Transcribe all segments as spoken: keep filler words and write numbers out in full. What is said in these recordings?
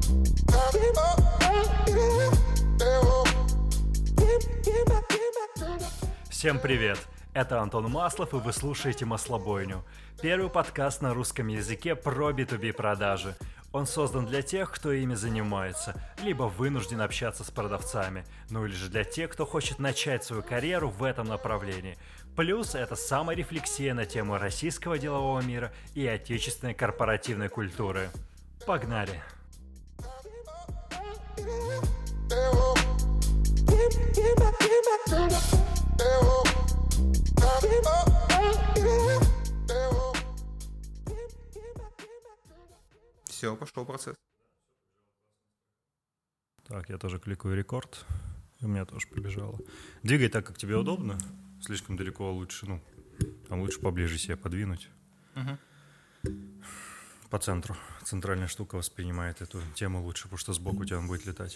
Всем привет! Это Антон Маслов, и вы слушаете «Маслобойню» — первый подкаст на русском языке про би ту би продажи. Он создан для тех, кто ими занимается, либо вынужден общаться с продавцами, ну или же для тех, кто хочет начать свою карьеру в этом направлении. Плюс это саморефлексия на тему российского делового мира и отечественной корпоративной культуры. Погнали! Все, пошел процесс. Так, я тоже кликаю рекорд, и у меня тоже побежало. Двигай так, как тебе удобно. Слишком далеко лучше, ну, там лучше поближе себя подвинуть. Угу. По центру. Центральная штука воспринимает эту тему лучше, потому что сбоку у тебя он будет летать.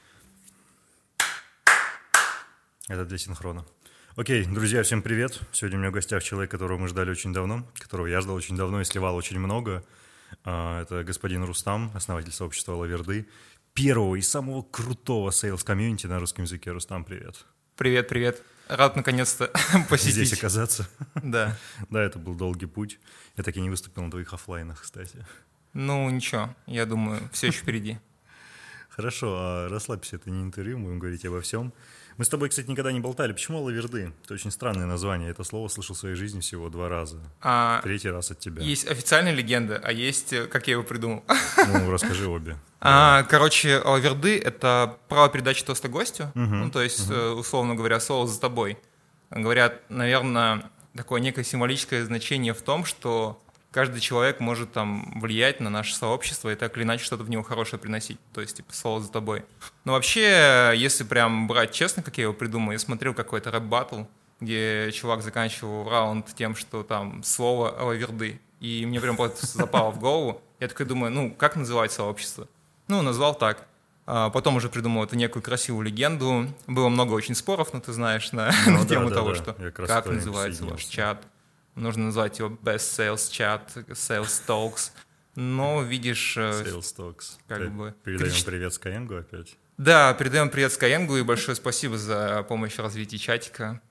Это для синхрона. Окей, друзья, всем привет. Сегодня у меня в гостях человек, которого мы ждали очень давно, которого я ждал очень давно и сливал очень много. Это господин Рустам, основатель сообщества Лаверды, первого и самого крутого сейлс-комьюнити на русском языке. Рустам, привет. Привет, привет. Рад наконец-то посетить. Здесь оказаться. Да. Да, это был долгий путь. Я так и не выступил на твоих оффлайнах, кстати. Ну, ничего, я думаю, все еще впереди. Хорошо, а расслабься, это не интервью, мы будем говорить обо всем. Мы с тобой, кстати, никогда не болтали. Почему Лаверды? Это очень странное название. Это слово слышал в своей жизни всего два раза. А Третий раз от тебя. Есть официальная легенда, а есть, как я его придумал. Ну, расскажи обе. А, короче, Лаверды — это право передачи тоста гостю. Угу, ну, то есть, угу. условно говоря, слово «за тобой». Говорят, наверное, такое некое символическое значение в том, что каждый человек может там влиять на наше сообщество и так или иначе что-то в него хорошее приносить. То есть, типа, слово «за тобой». Но вообще, если прям брать честно, как я его придумал, я смотрел какой-то рэп-баттл, где чувак заканчивал раунд тем, что там слово «Лаверды». И мне прям просто запало в голову. Я такой думаю, ну, как называть сообщество? Ну, назвал так. А потом уже придумал эту некую красивую легенду. Было много очень споров, ну, ты знаешь, на, ну, на да, тему да, того, да. что как называется ваш чат. Нужно назвать его Best Sales Chat, Sales Talks. Но, видишь... Sales Talks. Как бы... Передаем Крич... привет Skyeng опять. Да, передаем привет Skyeng и большое спасибо за помощь в развитии чатика.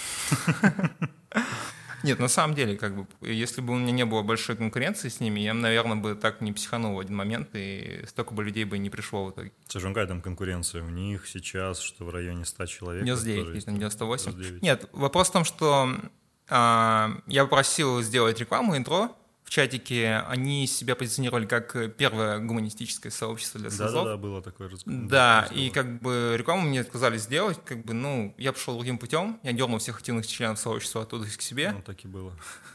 Нет, на самом деле, как бы, если бы у меня не было большой конкуренции с ними, я, наверное, бы так не психанул в один момент, и столько бы людей бы не пришло в итоге. Слушай, какая там конкуренция? У них сейчас, что в районе ста человек? девяносто девять, есть, девяносто восемь. девяносто девять. Нет, вопрос в том, что а, я попросил сделать рекламу, интро в чатике. Они себя позиционировали как первое гуманистическое сообщество для сейлзов. Да-да-да, было такое разговор. Да, разговор. И как бы рекламу мне отказались сделать, как бы, ну, я пошел другим путем, я дернул всех активных членов сообщества оттуда к себе. Ну, так и было.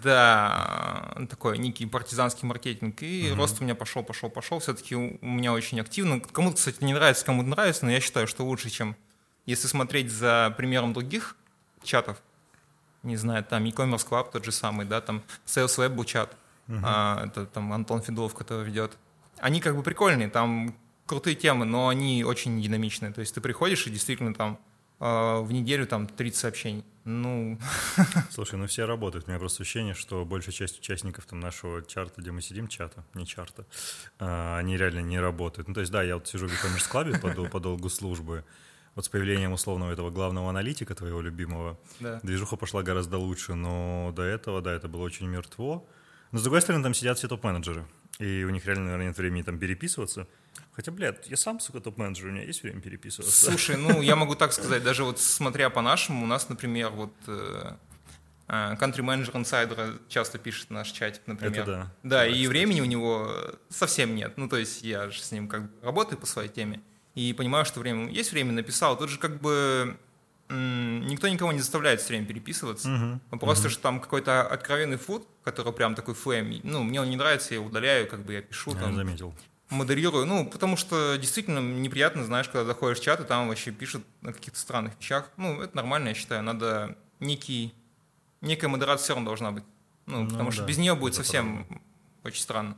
Да, такой некий партизанский маркетинг, и угу. рост у меня пошел, пошел, пошел, все-таки у меня очень активно. Кому-то, кстати, не нравится, кому-то нравится, но я считаю, что лучше, чем если смотреть за примером других чатов, не знаю, там e-commerce club тот же самый, да, там Sales Lab был чат. Uh-huh. А, это там Антон Федулов, который ведет. Они как бы прикольные, там крутые темы, но они очень динамичные. То есть ты приходишь и действительно там э, в неделю там тридцать сообщений. Ну... Слушай, ну все работают. У меня просто ощущение, что большая часть участников там нашего чарта, где мы сидим, чата, не чарта, э, они реально не работают. Ну то есть да, я вот сижу в e-commerce клабе по, по долгу службы. Вот с появлением условного этого главного аналитика, твоего любимого, да. Движуха пошла гораздо лучше. Но до этого, да, это было очень мертво. Но, с другой стороны, там сидят все топ-менеджеры, и у них реально, наверное, нет времени там переписываться. Хотя, блядь, я сам, сука, топ-менеджер, у меня есть время переписываться. Слушай, ну, я могу так сказать, даже вот смотря по-нашему, у нас, например, вот э, country manager инсайдера часто пишет в наш чатик, например. Это да. Да, да и кстати. Времени у него совсем нет. Ну, то есть я же с ним как бы работаю по своей теме, и понимаю, что время есть время, написал. Тут же как бы... Никто никого не заставляет все время переписываться. Uh-huh. Просто, uh-huh. что там какой-то откровенный фуд, который прям такой флейм, ну, мне он не нравится, я удаляю, как бы я пишу, я там, заметил. модерирую. Ну, потому что действительно неприятно, знаешь, когда заходишь в чат, и там вообще пишут на каких-то странных вещах. Ну, это нормально, я считаю. Надо некий, некая модерация все равно должна быть. Ну, потому ну, что да, без нее будет совсем правда. Очень странно.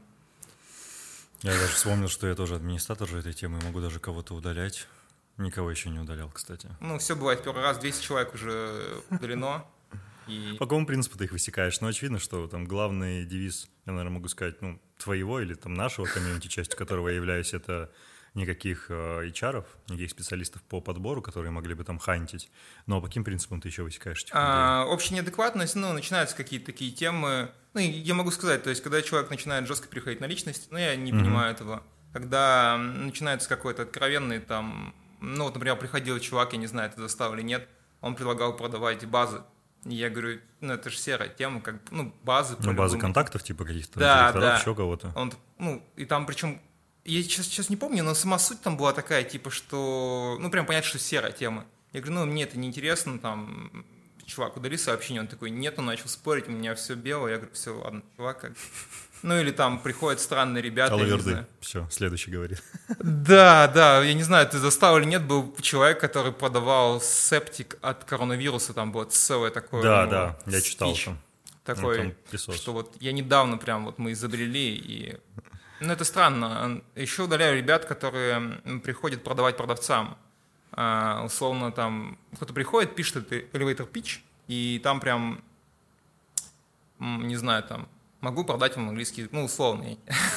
Я даже вспомнил, что я тоже администратор же этой темы, могу даже кого-то удалять. Никого еще не удалял, кстати. Ну, все бывает. Первый раз двести человек уже удалено. И... По какому принципу ты их высекаешь? Ну, очевидно, что там главный девиз, я, наверное, могу сказать, ну, твоего или там нашего комьюнити, частью которого я являюсь, это никаких э, эйч ар-ов, никаких специалистов по подбору, которые могли бы там хантить. Но по каким принципам ты еще высекаешь этих людей? А, общая неадекватность, ну, начинаются какие-то такие темы. Ну, я могу сказать, то есть, когда человек начинает жестко переходить на личность, ну, я не mm-hmm. понимаю этого. Когда начинается какой-то откровенный там, ну, вот, например, приходил чувак, я не знаю, это застал или нет, он предлагал продавать базы. И я говорю, ну, это же серая тема, как, ну, базы. Ну, базы контактов, типа каких-то да, директоров, да. еще кого-то. Он, ну, и там причем, я сейчас, сейчас не помню, но сама суть там была такая, типа, что, ну, прям понятно, что серая тема. Я говорю, ну, мне это неинтересно, там, чувак, удали сообщение, он такой, нет, он начал спорить, у меня все белое, я говорю, все, ладно, чувак, как... Ну, или там приходят странные ребята. Алаверды. Все, следующий говорит. Да, да, я не знаю, ты застал или нет, был человек, который продавал септик от коронавируса, там было целое такое. Да, ну, да, я читал спич, там. Такой, ну, там что вот я недавно прям вот мы изобрели, и... Ну, это странно. Еще удаляю ребят, которые приходят продавать продавцам. А, условно, там, кто-то приходит, пишет этот elevator pitch, и там прям, не знаю, там, могу продать вам английский, ну, условный,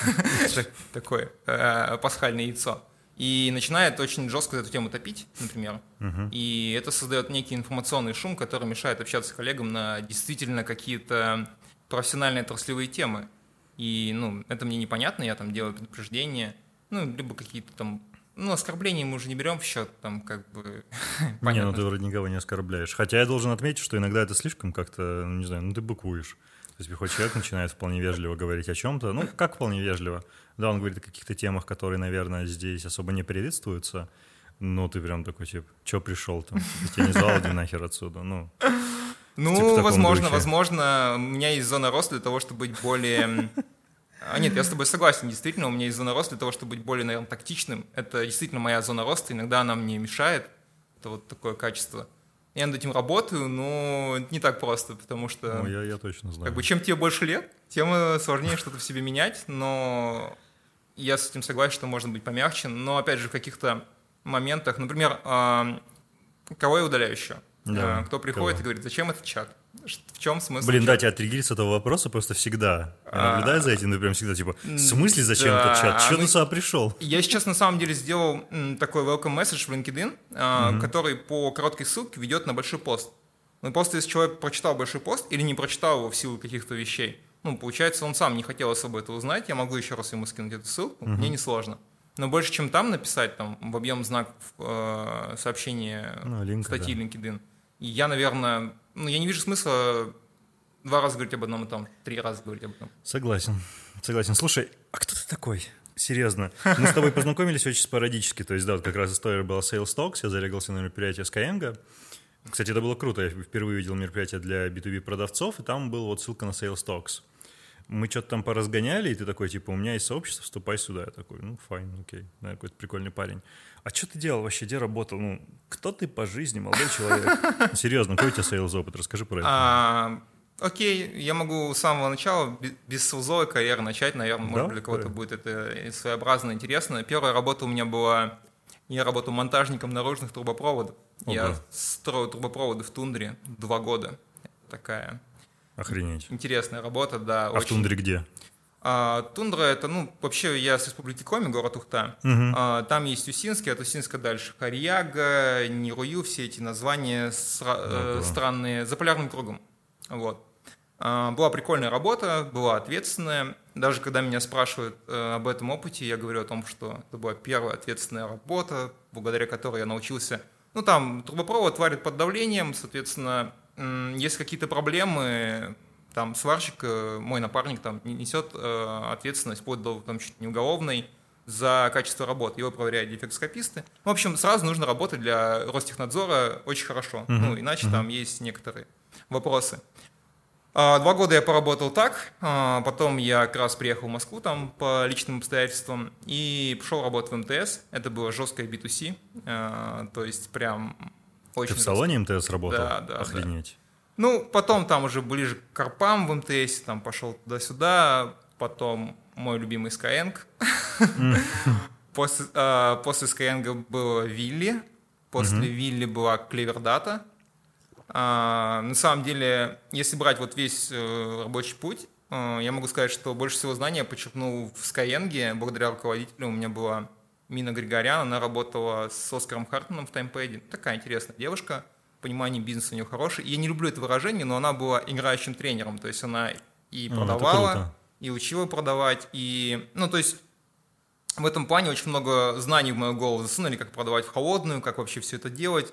такое пасхальное яйцо. И начинает очень жестко эту тему топить, например. И это создает некий информационный шум, который мешает общаться с коллегам на действительно какие-то профессиональные отраслевые темы. И, ну, это мне непонятно, я там делаю предупреждения, ну, либо какие-то там, ну, оскорбления мы уже не берем в счет, там, как бы, не, ну, ты вроде никого не оскорбляешь. Хотя я должен отметить, что иногда это слишком как-то, ну, не знаю, ну, ты быкуешь. То есть приходит человек, начинает вполне вежливо говорить о чем-то. Ну, как вполне вежливо? Да, он говорит о каких-то темах, которые, наверное, здесь особо не приветствуются. Но ты прям такой, типа, чё пришел там? Я тебя не звал, иди нахер отсюда. Ну, ну типа возможно, духе. возможно, у меня есть зона роста для того, чтобы быть более... А нет, я с тобой согласен, действительно, у меня есть зона роста для того, чтобы быть более, наверное, тактичным. Это действительно моя зона роста, иногда она мне мешает. Это вот такое качество. Я над этим работаю, но это не так просто, потому что... Ну, я, я точно знаю. Как бы, чем тебе больше лет, тем сложнее что-то в себе менять, но я с этим согласен, что можно быть помягче, но, опять же, в каких-то моментах, например, кого я удаляю еще? Да, кто приходит кого? И говорит, зачем этот чат? В чем смысл? Блин, чата? да, тебя триггерит с этого вопроса просто всегда. Я а, наблюдаю за этим, ты прям всегда типа, в смысле зачем да, этот чат? Чего ну, ты сюда пришел? Я сейчас на самом деле сделал такой welcome message в LinkedIn, mm-hmm. который по короткой ссылке ведет на большой пост. Ну, просто если человек прочитал большой пост или не прочитал его в силу каких-то вещей, ну, получается, он сам не хотел особо это узнать, я могу еще раз ему скинуть эту ссылку, mm-hmm. мне несложно. Но больше, чем там написать, там, в объем знаков э, сообщения ну, линка, статьи да. LinkedIn, и я, наверное, ну, я не вижу смысла два раза говорить об одном и том, три раза говорить об этом. Согласен, согласен. Слушай, а кто ты такой? Серьезно. Мы с тобой познакомились очень спорадически, то есть, да, вот как раз история была Sales Talks, я зарегался на мероприятие Skyeng. Кстати, это было круто, я впервые видел мероприятие для би ту би продавцов, и там была вот ссылка на Sales Talks. Мы что-то там поразгоняли, и ты такой, типа, у меня есть сообщество, вступай сюда. Я такой, ну, файн, окей, да, какой-то прикольный парень. А что ты делал вообще, где работал? Ну, кто ты по жизни, молодой человек? Серьезно, какой у тебя сейлз-опыт? Расскажи про это. Окей, я могу с самого начала, без сейлзовой карьеры начать, наверное, может, для кого-то будет это своеобразно интересно. Первая работа у меня была, я работал монтажником наружных трубопроводов. Я строил трубопроводы в тундре два года. Такая... Охренеть. Интересная работа, да. А очень. В тундре где? А, тундра — это, ну, вообще я с Республики Коми, город Ухта. Угу. А, там есть Усинский, от Усинска дальше Харьяга, Нирую, все эти названия сра- э, странные, за полярным кругом. Вот. А, была прикольная работа, была ответственная. Даже когда меня спрашивают э, об этом опыте, я говорю о том, что это была первая ответственная работа, благодаря которой я научился... Ну, там трубопровод варит под давлением, соответственно... Есть какие-то проблемы, там сварщик, мой напарник, там несет э, ответственность, вплоть до там, чуть не уголовной, за качество работы. Его проверяют дефектоскописты. В общем, сразу нужно работать для Ростехнадзора очень хорошо, uh-huh. ну, иначе uh-huh. там есть некоторые вопросы. А, два года я поработал так, а, потом я как раз приехал в Москву там по личным обстоятельствам и пошел работать в эм тэ эс. Это было жесткое би ту си, а, то есть прям... Очень Ты в салоне эм тэ эс работал? Да, да. Охренеть. Да. Ну, потом там уже ближе к корпам в эм тэ эс, там пошел туда-сюда, потом мой любимый Skyeng. После, э, после Skyeng было Вилли, после Вилли была Клевердата. А, на самом деле, если брать вот весь э, рабочий путь, э, я могу сказать, что больше всего знаний я почерпнул в Skyeng, благодаря руководителю у меня была Мина Григорян, она работала с Оскаром Хартманом в Таймпэде. Такая интересная девушка, понимание бизнеса у нее хорошее. Я не люблю это выражение, но она была играющим тренером, то есть она и продавала, и учила продавать, и, ну, то есть в этом плане очень много знаний в мою голову засунули, как продавать в холодную, как вообще все это делать,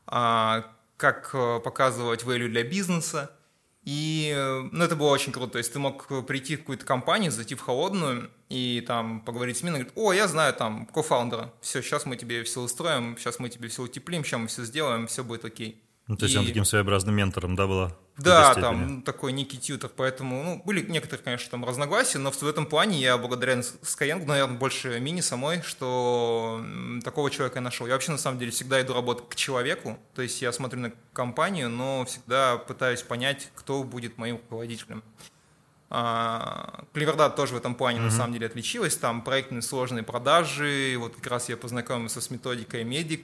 как показывать value для бизнеса. И, ну, это было очень круто. То есть ты мог прийти в какую-то компанию, зайти в холодную и там поговорить с Миной, говорит: о, я знаю там кофаундера, все, сейчас мы тебе все устроим, сейчас мы тебе все утеплим, сейчас мы все сделаем, все будет окей. Ну, то есть и... он таким своеобразным ментором, да, была? Да, там ну, такой некий тьютер, поэтому, ну, были некоторые, конечно, там разногласия, но в этом плане я благодарен Skyeng, наверное, больше Мине самой, что такого человека я нашел. Я вообще, на самом деле, всегда иду работать к человеку, то есть я смотрю на компанию, но всегда пытаюсь понять, кто будет моим руководителем. Клевердат тоже в этом плане, mm-hmm. на самом деле, отличилась, там проектные сложные продажи, вот как раз я познакомился с методикой Медик.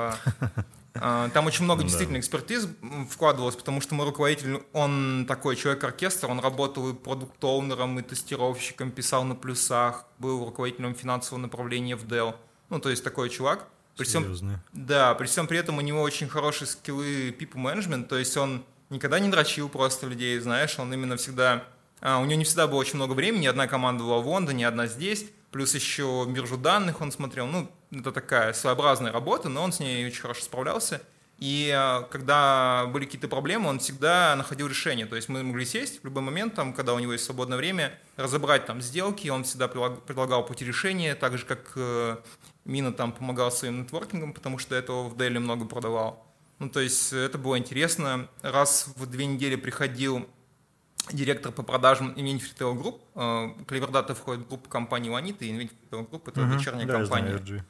Там очень много действительно экспертиз вкладывалось, потому что мой руководитель, он такой человек-оркестр, он работал и продукт-оунером, и тестировщиком, писал на плюсах, был руководителем финансового направления в Dell. Ну, то есть такой чувак. При всем, да, при всем при этом у него очень хорошие скиллы people management, то есть он никогда не дрочил просто людей, знаешь, он именно всегда... А, у него не всегда было очень много времени, одна команда была в Лондоне, одна здесь, плюс еще биржу данных он смотрел, ну, это такая своеобразная работа, но он с ней очень хорошо справлялся, и а, когда были какие-то проблемы, он всегда находил решение, то есть мы могли сесть в любой момент, там, когда у него есть свободное время, разобрать там сделки, он всегда предлагал пути решения, так же, как э, Мина там помогал своим нетворкингом, потому что этого в Dell много продавал. Ну, то есть это было интересно, раз в две недели приходил директор по продажам Inventive Retail Group. Клевердата входит в группу компании Ванита, и Inventive Retail Group — это uh-huh. дочерняя да, компания.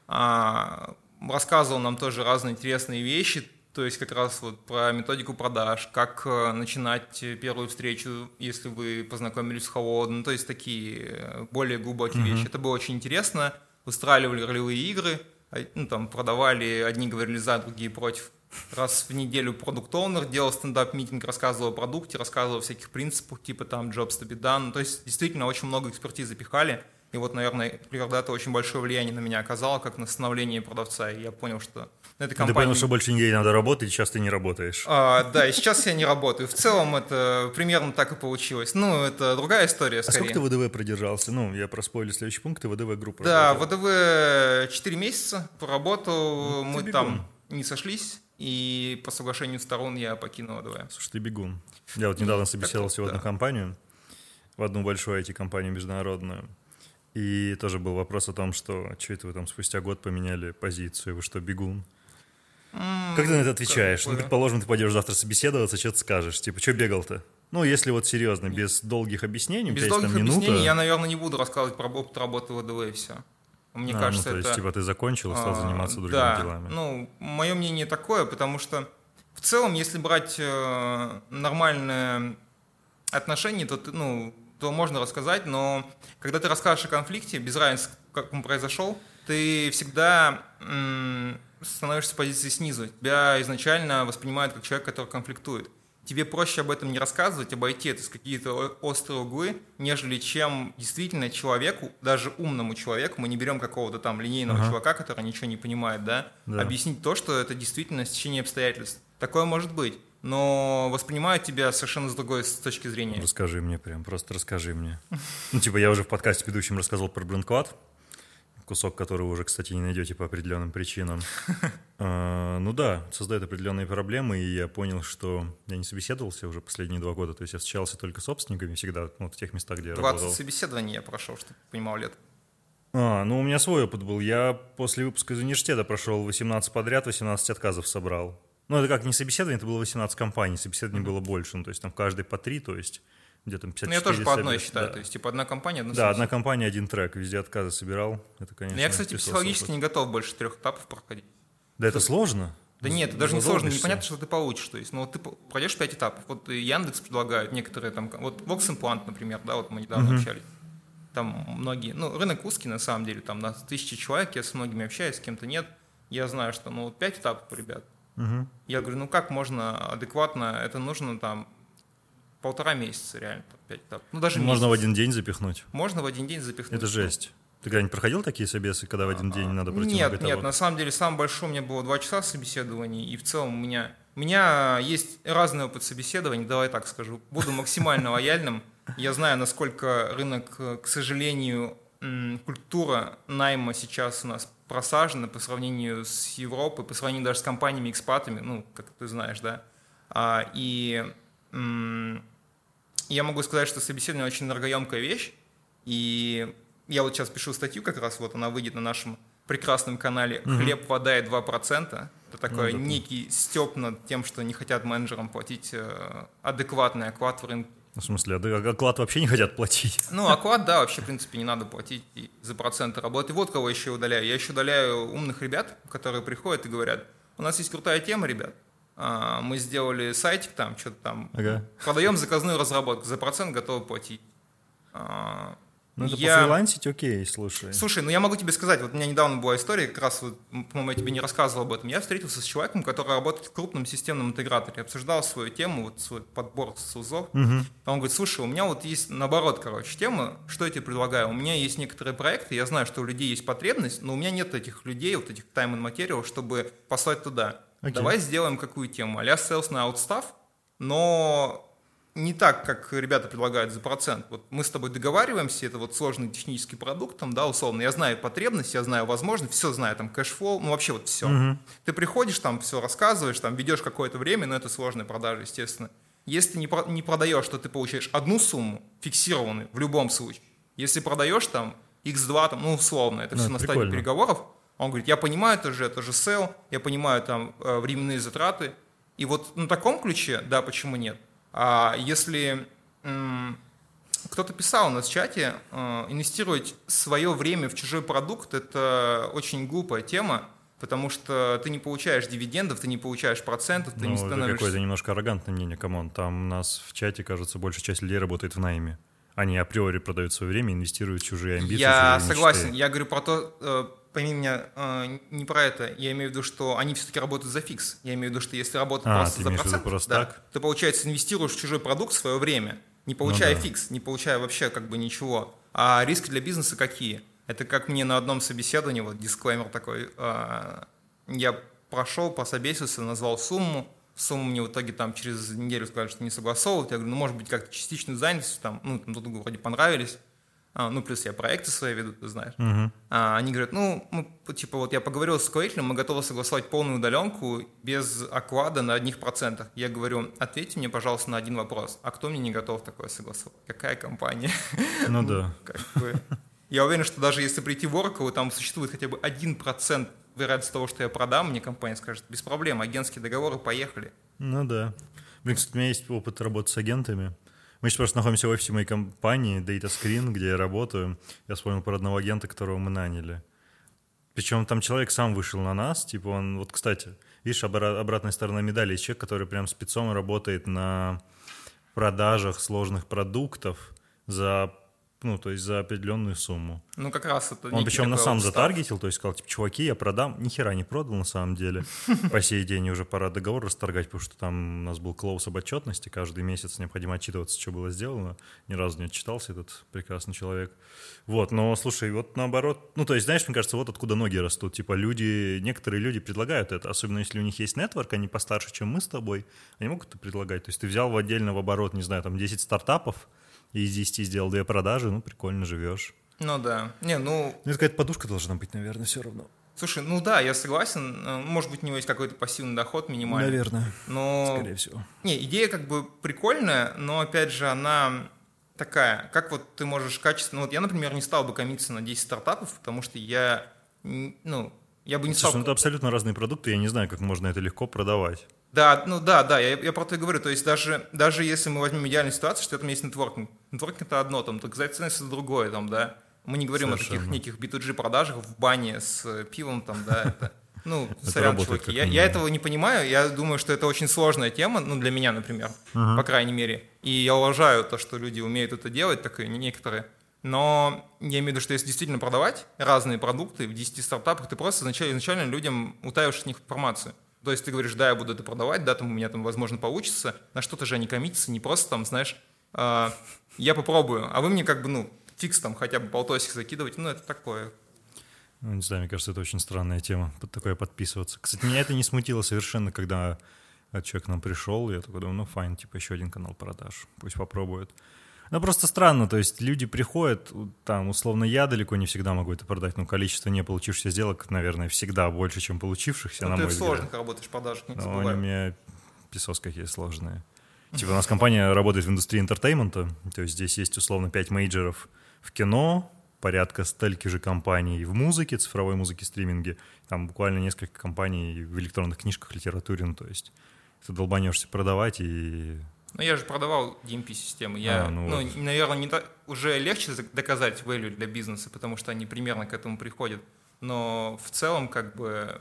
А, рассказывал нам тоже разные интересные вещи, то есть как раз вот про методику продаж, как начинать первую встречу, если вы познакомились с холодным, то есть такие более глубокие uh-huh. вещи. Это было очень интересно. Устраивали ролевые игры, ну, там продавали, одни говорили за, другие против. Раз в неделю продукт-оунер делал стендап-митинг, рассказывал о продукте, рассказывал о всяких принципах, типа там jobs to be done. То есть действительно очень много экспертизы пихали. И вот, наверное, Клевердата очень большое влияние на меня оказало, как на становление продавца. И я понял, что эта компания... Ты понял, что больше недель надо работать, и сейчас ты не работаешь. А, да, и сейчас я не работаю. В целом это примерно так и получилось. Ну, это другая история, скорее. А сколько ты в ВДВ продержался? Ну, я проспойлю следующий пункт, ты ВДВ-группа. Да, ВДВ четыре месяца поработал, мы там не сошлись. И по соглашению сторон я покинул ВДВ. Слушай, ты бегун. Я вот недавно собеседовался в одну да. компанию, в одну большую ай ти-компанию международную. И тоже был вопрос о том, что что это вы там спустя год поменяли позицию, вы что, бегун? Mm, как ты на это отвечаешь? Ну, предположим, ты пойдешь завтра собеседоваться, что ты скажешь? Типа, что бегал-то? Ну, если вот серьезно, без долгих объяснений, без долгих там объяснений минута... я, наверное, не буду рассказывать про опыт работы в ВДВ и все. Мне а, кажется, ну, то это... есть, типа, ты закончил и стал заниматься другими да, делами. Ну, мое мнение такое, потому что в целом, если брать э, нормальное отношение, то, ну, то можно рассказать, но когда ты расскажешь о конфликте, без разницы, как он произошел, ты всегда м- становишься в позиции снизу. Тебя изначально воспринимают как человек, который конфликтует. Тебе проще об этом не рассказывать, обойти это с какие-то острые углы, нежели чем действительно человеку, даже умному человеку, мы не берем какого-то там линейного ага. чувака, который ничего не понимает, да, да, объяснить то, что это действительно стечение обстоятельств. Такое может быть, но воспринимают тебя совершенно с другой с точки зрения. Расскажи мне прям, просто расскажи мне. Ну, типа, я уже в подкасте ведущем рассказывал про BrandQuad, кусок, который вы уже, кстати, не найдете по определенным причинам. а, ну да, создает определенные проблемы, и я понял, что я не собеседовался уже последние два года, то есть я встречался только с собственниками всегда, ну, в тех местах, где я работал. двадцать собеседований я прошел, чтобы ты понимал, лет. А, ну у меня свой опыт был. Я после выпуска из университета прошел восемнадцать подряд, восемнадцать отказов собрал. Ну это как не собеседование, это было восемнадцать компаний, собеседований mm-hmm. было больше, ну то есть там в каждой по три, то есть где-то пятьдесят четыре. Ну, я тоже по одной собер... считаю, да. то есть типа одна компания, одна Да, одна компания, один трек, везде отказы собирал, это, конечно... Но я, кстати, психологически опыт. не готов больше трех этапов проходить. Да это сложно? Да нет, это даже не сложно, непонятно, что ты получишь, то есть, ну вот ты пройдешь пять этапов, вот Яндекс предлагают некоторые там, вот Vox Implant, например, да, вот мы недавно mm-hmm. общались, там многие, ну рынок узкий на самом деле, там на тысячи человек, я с многими общаюсь, с кем-то нет, я знаю, что ну вот пять этапов, ребят. Угу. Я говорю, ну как можно адекватно, это нужно там полтора месяца реально, там, пять этапов. Ну, даже можно месяц. в один день запихнуть. Можно в один день запихнуть. Это жесть. Ты когда-нибудь проходил такие собесы, когда в один день надо пройти Нет, много нет, того? на самом деле самое большое у меня было два часа собеседований, и в целом у меня, у меня есть разный опыт собеседований, давай так скажу, буду максимально лояльным. Я знаю, насколько рынок, к сожалению, культура найма сейчас у нас просажена по сравнению с Европой, по сравнению даже с компаниями-экспатами, ну, как ты знаешь, да. А, и м, я могу сказать, что собеседование очень энергоемкая вещь, и я вот сейчас пишу статью, как раз вот она выйдет на нашем прекрасном канале «Хлеб, вода и два процента». Это такой ну, некий стёб над тем, что не хотят менеджерам платить адекватный оклад в рынке. В смысле, а оклад вообще не хотят платить? Ну, оклад, да, вообще, в принципе, не надо платить за проценты работы. Вот кого еще удаляю. Я еще удаляю умных ребят, которые приходят и говорят, у нас есть крутая тема, ребят, мы сделали сайтик там, что-то там, ага. продаем заказную разработку, за процент готовы платить. Ну, это я... пофрилансить, окей, слушай. Слушай, ну я могу тебе сказать, вот у меня недавно была история, как раз, вот, по-моему, я тебе не рассказывал об этом. Я встретился с человеком, который работает в крупном системном интеграторе, обсуждал свою тему, вот свой подбор СУЗов. Угу. Он говорит, слушай, у меня вот есть наоборот, короче, тема, что я тебе предлагаю? У меня есть некоторые проекты, я знаю, что у людей есть потребность, но у меня нет этих людей, вот этих time and material, чтобы послать туда. Окей. Давай сделаем какую тему? А-ля sales на outstaff, но... не так, как ребята предлагают за процент. Вот мы с тобой договариваемся, это вот сложный технический продукт, там, да, условно. Я знаю потребность, я знаю возможность, все знаю, там, кэшфлоу, ну, вообще вот все. Угу. Ты приходишь, там, все рассказываешь, там, ведешь какое-то время, но это сложная продажа, естественно. Если ты не, про- не продаешь, то ты получаешь одну сумму, фиксированную, в любом случае. Если продаешь, там, икс два, там, ну, условно, это ну, все это на стадии прикольно. Переговоров. Он говорит, я понимаю, это же, это же сел, я понимаю, там, временные затраты. И вот на таком ключе, да, почему нет? А если м, кто-то писал у нас в чате, э, инвестировать свое время в чужой продукт – это очень глупая тема, потому что ты не получаешь дивидендов, ты не получаешь процентов, ты ну, не становишься… это какое-то немножко аррогантное мнение, камон. Там у нас в чате, кажется, большая часть людей работает в найме. Они априори продают свое время, инвестируют в чужие амбиции. Я чужие согласен, мечты. Я говорю про то… Э, Пойми меня, э, не про это. Я имею в виду, что они все-таки работают за фикс. Я имею в виду, что если работать а, просто за процент, просто да, так? ты, получается, инвестируешь в чужой продукт свое время, не получая ну, да. фикс, не получая вообще как бы ничего. А риски для бизнеса какие? Это как мне на одном собеседовании, вот дисклеймер такой, э, я прошел, пособесился, назвал сумму, сумму мне в итоге там через неделю сказали, что не согласовывают. Я говорю, ну, может быть, как-то частичную занятость, там, ну, тут вроде понравились. А, ну, плюс я проекты свои веду, ты знаешь. Uh-huh. А, они говорят, ну, мы, типа, вот я поговорил с руководителем, мы готовы согласовать полную удаленку без оклада на одних процентах. Я говорю, ответьте мне, пожалуйста, на один вопрос. А кто мне не готов такое согласовать? Какая компания? Ну да. Как бы, я уверен, что даже если прийти в Oracle, там существует хотя бы один процент вероятности того, что я продам, мне компания скажет, без проблем, агентские договоры, поехали. Ну да. Блин, кстати, у меня есть опыт работы с агентами. Мы сейчас просто находимся в офисе моей компании Data Screen, где я работаю. Я вспомнил про одного агента, которого мы наняли. Причем там человек сам вышел на нас. Типа он, вот, кстати, видишь, обра- обратная сторона медали. Есть человек, который прям спецом работает на продажах сложных продуктов за, ну, то есть за определенную сумму. Ну, как раз это... Он причем на сам затаргетил, то есть сказал, типа, чуваки, я продам. Ни хера не продал на самом деле. По сей день уже пора договор расторгать, потому что там у нас был клоуз об отчетности. Каждый месяц необходимо отчитываться, что было сделано. Ни разу не отчитался этот прекрасный человек. Вот, но, слушай, вот наоборот... Ну, то есть, знаешь, мне кажется, вот откуда ноги растут. Типа люди, некоторые люди предлагают это, особенно если у них есть нетворк, они постарше, чем мы с тобой, они могут это предлагать. То есть ты взял в отдельно в оборот, не знаю, там десять стартапов, и из десяти сделал две продажи, ну, прикольно живешь. Ну да. Не, ну... Ну, это какая-то подушка должна быть, наверное, все равно. Слушай, ну да, я согласен. Может быть, у него есть какой-то пассивный доход минимальный. Наверное, но... скорее всего. Не, идея как бы прикольная, но, опять же, она такая. Как вот ты можешь качественно... Ну, вот я, например, не стал бы коммититься на десять стартапов, потому что я... Ну, я бы не Слушай, стал... ну это абсолютно разные продукты, я не знаю, как можно это легко продавать. Да, ну да, да, я, я про это и говорю. То есть даже, даже если мы возьмем идеальную ситуацию, что там есть нетворкинг. Нетворкинг — это одно, там, доказать ценность — это другое, там, да. Мы не говорим Совершенно. О таких неких би ту джи продажах в бане с пивом, там, да, это... Ну, сорян, чуваки, я, я этого не понимаю, я думаю, что это очень сложная тема, ну, для меня, например, uh-huh. по крайней мере. И я уважаю то, что люди умеют это делать, так и некоторые. Но я имею в виду, что если действительно продавать разные продукты в десяти стартапах, ты просто изначально, изначально людям утаиваешь от них информацию. То есть ты говоришь, да, я буду это продавать, да, там у меня там, возможно, получится, на что-то же они коммитятся, не просто там, знаешь, э, я попробую, а вы мне как бы, ну, фикс там хотя бы полтосик закидывать, ну, это такое. Ну, не знаю, мне кажется, это очень странная тема, под такое подписываться. Кстати, меня это не смутило совершенно, когда человек к нам пришел, я такой думаю, ну, файн, типа еще один канал продаж, пусть попробует. Ну, просто странно, то есть люди приходят, там, условно, я далеко не всегда могу это продать, но количество не получившихся сделок, наверное, всегда больше, чем получившихся, ну, на ты мой в взгляд. сложных работаешь продажах, не Но забывай. они у меня писос какие сложные. Типа у нас компания работает в индустрии интертеймента, то есть здесь есть условно пять мейджеров в кино, порядка столько же компаний в музыке, цифровой музыке, стриминге, там буквально несколько компаний в электронных книжках, литературе, ну то есть ты долбанешься продавать и... Ну, я же продавал ди эм пи-системы. Я, а, ну, ну, вот. наверное, не так, уже легче доказать value для бизнеса, потому что они примерно к этому приходят. Но в целом, как бы...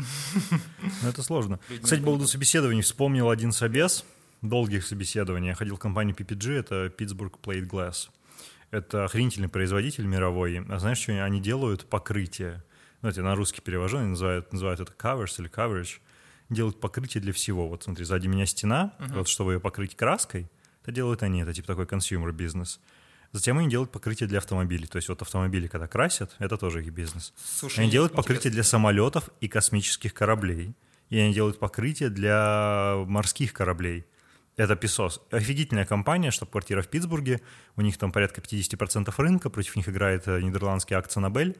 Ну, это сложно. Кстати, по поводу собеседований вспомнил один собес, долгих собеседований. Я ходил в компанию пи пи джи, это Pittsburgh Plate Glass. Это охренительный производитель мировой. А знаешь, что они делают? Покрытие. Ну, это я на русский перевожу, они называют, называют это covers или coverage. Делают покрытие для всего. Вот смотри, сзади меня стена, uh-huh. вот чтобы ее покрыть краской, это делают они, это типа такой consumer бизнес. Затем они делают покрытие для автомобилей. То есть вот автомобили, когда красят, это тоже их бизнес. Слушай, они делают интересно. покрытие для самолетов и космических кораблей. И они делают покрытие для морских кораблей. Это писос. Офигительная компания, штаб-квартира в Питтсбурге. У них там порядка пятьдесят процентов рынка. Против них играет нидерландский Акцо Нобель.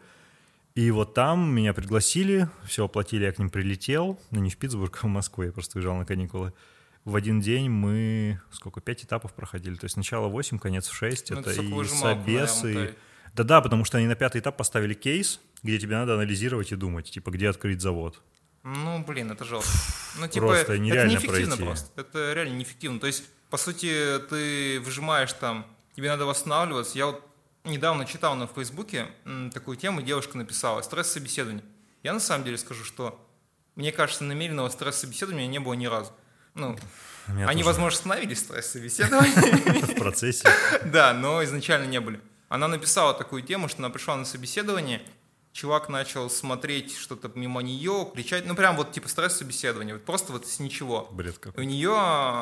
И вот там меня пригласили, все оплатили, я к ним прилетел. Ну, не в Питтсбург, а в Москву. Я просто уезжал на каникулы. В один день мы, сколько, пять этапов проходили. То есть сначала восемь, конец в шесть. Ну, это это и собесы. Наверное, Да-да, потому что они на пятый этап поставили кейс, где тебе надо анализировать и думать, типа, где открыть завод. Ну, блин, это жалко. Ну, типа, Просто это нереально неэффективно пройти. просто. Это реально неэффективно. То есть, по сути, ты выжимаешь там, тебе надо восстанавливаться. Я вот недавно читал на Фейсбуке м, такую тему, девушка написала «Стресс-собеседование». Я на самом деле скажу, что мне кажется, намеренного стресс-собеседования не было ни разу. Ну, они, тоже. возможно, становились стресс-собеседованиями. В процессе. Да, но изначально не были. Она написала такую тему, что она пришла на собеседование, чувак начал смотреть что-то мимо нее, кричать, ну прям вот типа стресс-собеседование, вот просто вот с ничего. Бред какой. У нее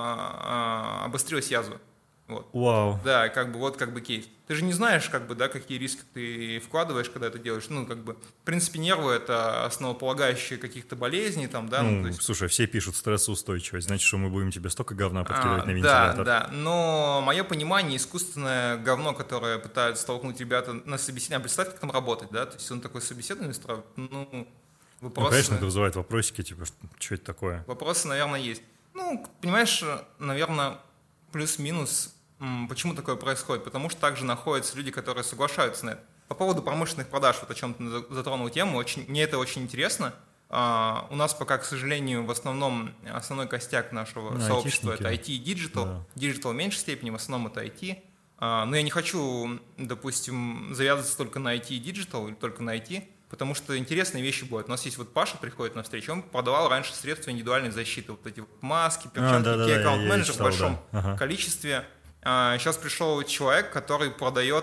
а, а, обострилась язва. Вот. Вау. Да, как бы вот как бы кейс. Ты же не знаешь, как бы, да, какие риски ты вкладываешь, когда это делаешь. Ну, как бы, в принципе, нервы — это основополагающие каких-то болезней, там, да. Ну, ну то есть... слушай, все пишут стрессоустойчивость, значит, что мы будем тебе столько говна подкидывать а, на вентилятор. Да, да, но мое понимание, искусственное говно, которое пытаются столкнуть ребята на собеседование, представь, как там работать, да, то есть он такой собеседование устраивает, ну, вопросы... Ну, конечно, это вызывает вопросики, типа, что это такое? Вопросы, наверное, есть. Ну, понимаешь, наверное, плюс-минус, почему такое происходит? Потому что также находятся люди, которые соглашаются на это. По поводу промышленных продаж, вот о чем ты затронул тему, очень, мне это очень интересно. Uh, у нас пока, к сожалению, в основном основной костяк нашего ну, сообщества это ай ти и диджитал. Да. Диджитал в меньшей степени, в основном это ай ти. Uh, но я не хочу, допустим, завязываться только на ай ти и диджитал или только на ай ти, потому что интересные вещи бывают. У нас есть вот Паша приходит на встречу, он продавал раньше средства индивидуальной защиты, вот эти вот маски, перчатки, а, да, да, key account manager в большом да. ага. количестве. Uh, сейчас пришел человек, который продает...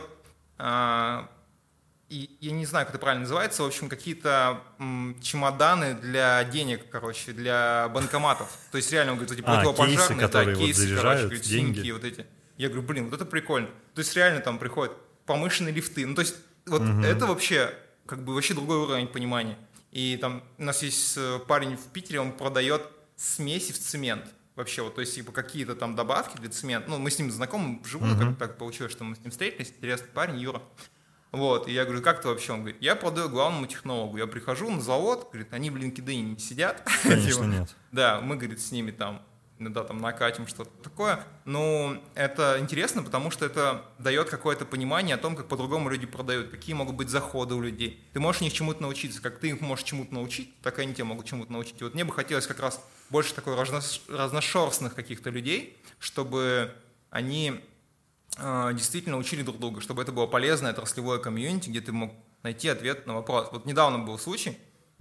Uh, И я не знаю, как это правильно называется, в общем, какие-то м, чемоданы для денег, короче, для банкоматов. То есть реально, он говорит, эти противопожарные, а, кейсы, которые да, кейсы, вот заряжают, короче, говорит, деньги. синьки вот эти. Я говорю, блин, вот это прикольно. То есть реально там приходят промышленные лифты. Ну, то есть вот угу. это вообще, как бы вообще другой уровень понимания. И там у нас есть парень в Питере, он продает смеси в цемент. Вообще, вот, то есть, типа, какие-то там добавки для цемента. Ну, мы с ним знакомы вживую, угу. как так получилось, что мы с ним встретились. Интересный парень, Юра. Вот, и я говорю, как ты вообще? Он говорит, я продаю главному технологу. Я прихожу на завод, говорит, они в LinkedIn не сидят. Конечно, нет. Да, мы, говорит, с ними там иногда там накатим что-то такое. Но это интересно, потому что это дает какое-то понимание о том, как по-другому люди продают, какие могут быть заходы у людей. Ты можешь у них чему-то научиться, как ты их можешь чему-то научить, так и они тебя могут чему-то научить. И вот мне бы хотелось как раз больше такой разно- разношерстных каких-то людей, чтобы они... действительно учили друг друга, чтобы это было полезное отраслевое комьюнити, где ты мог найти ответ на вопрос. Вот недавно был случай,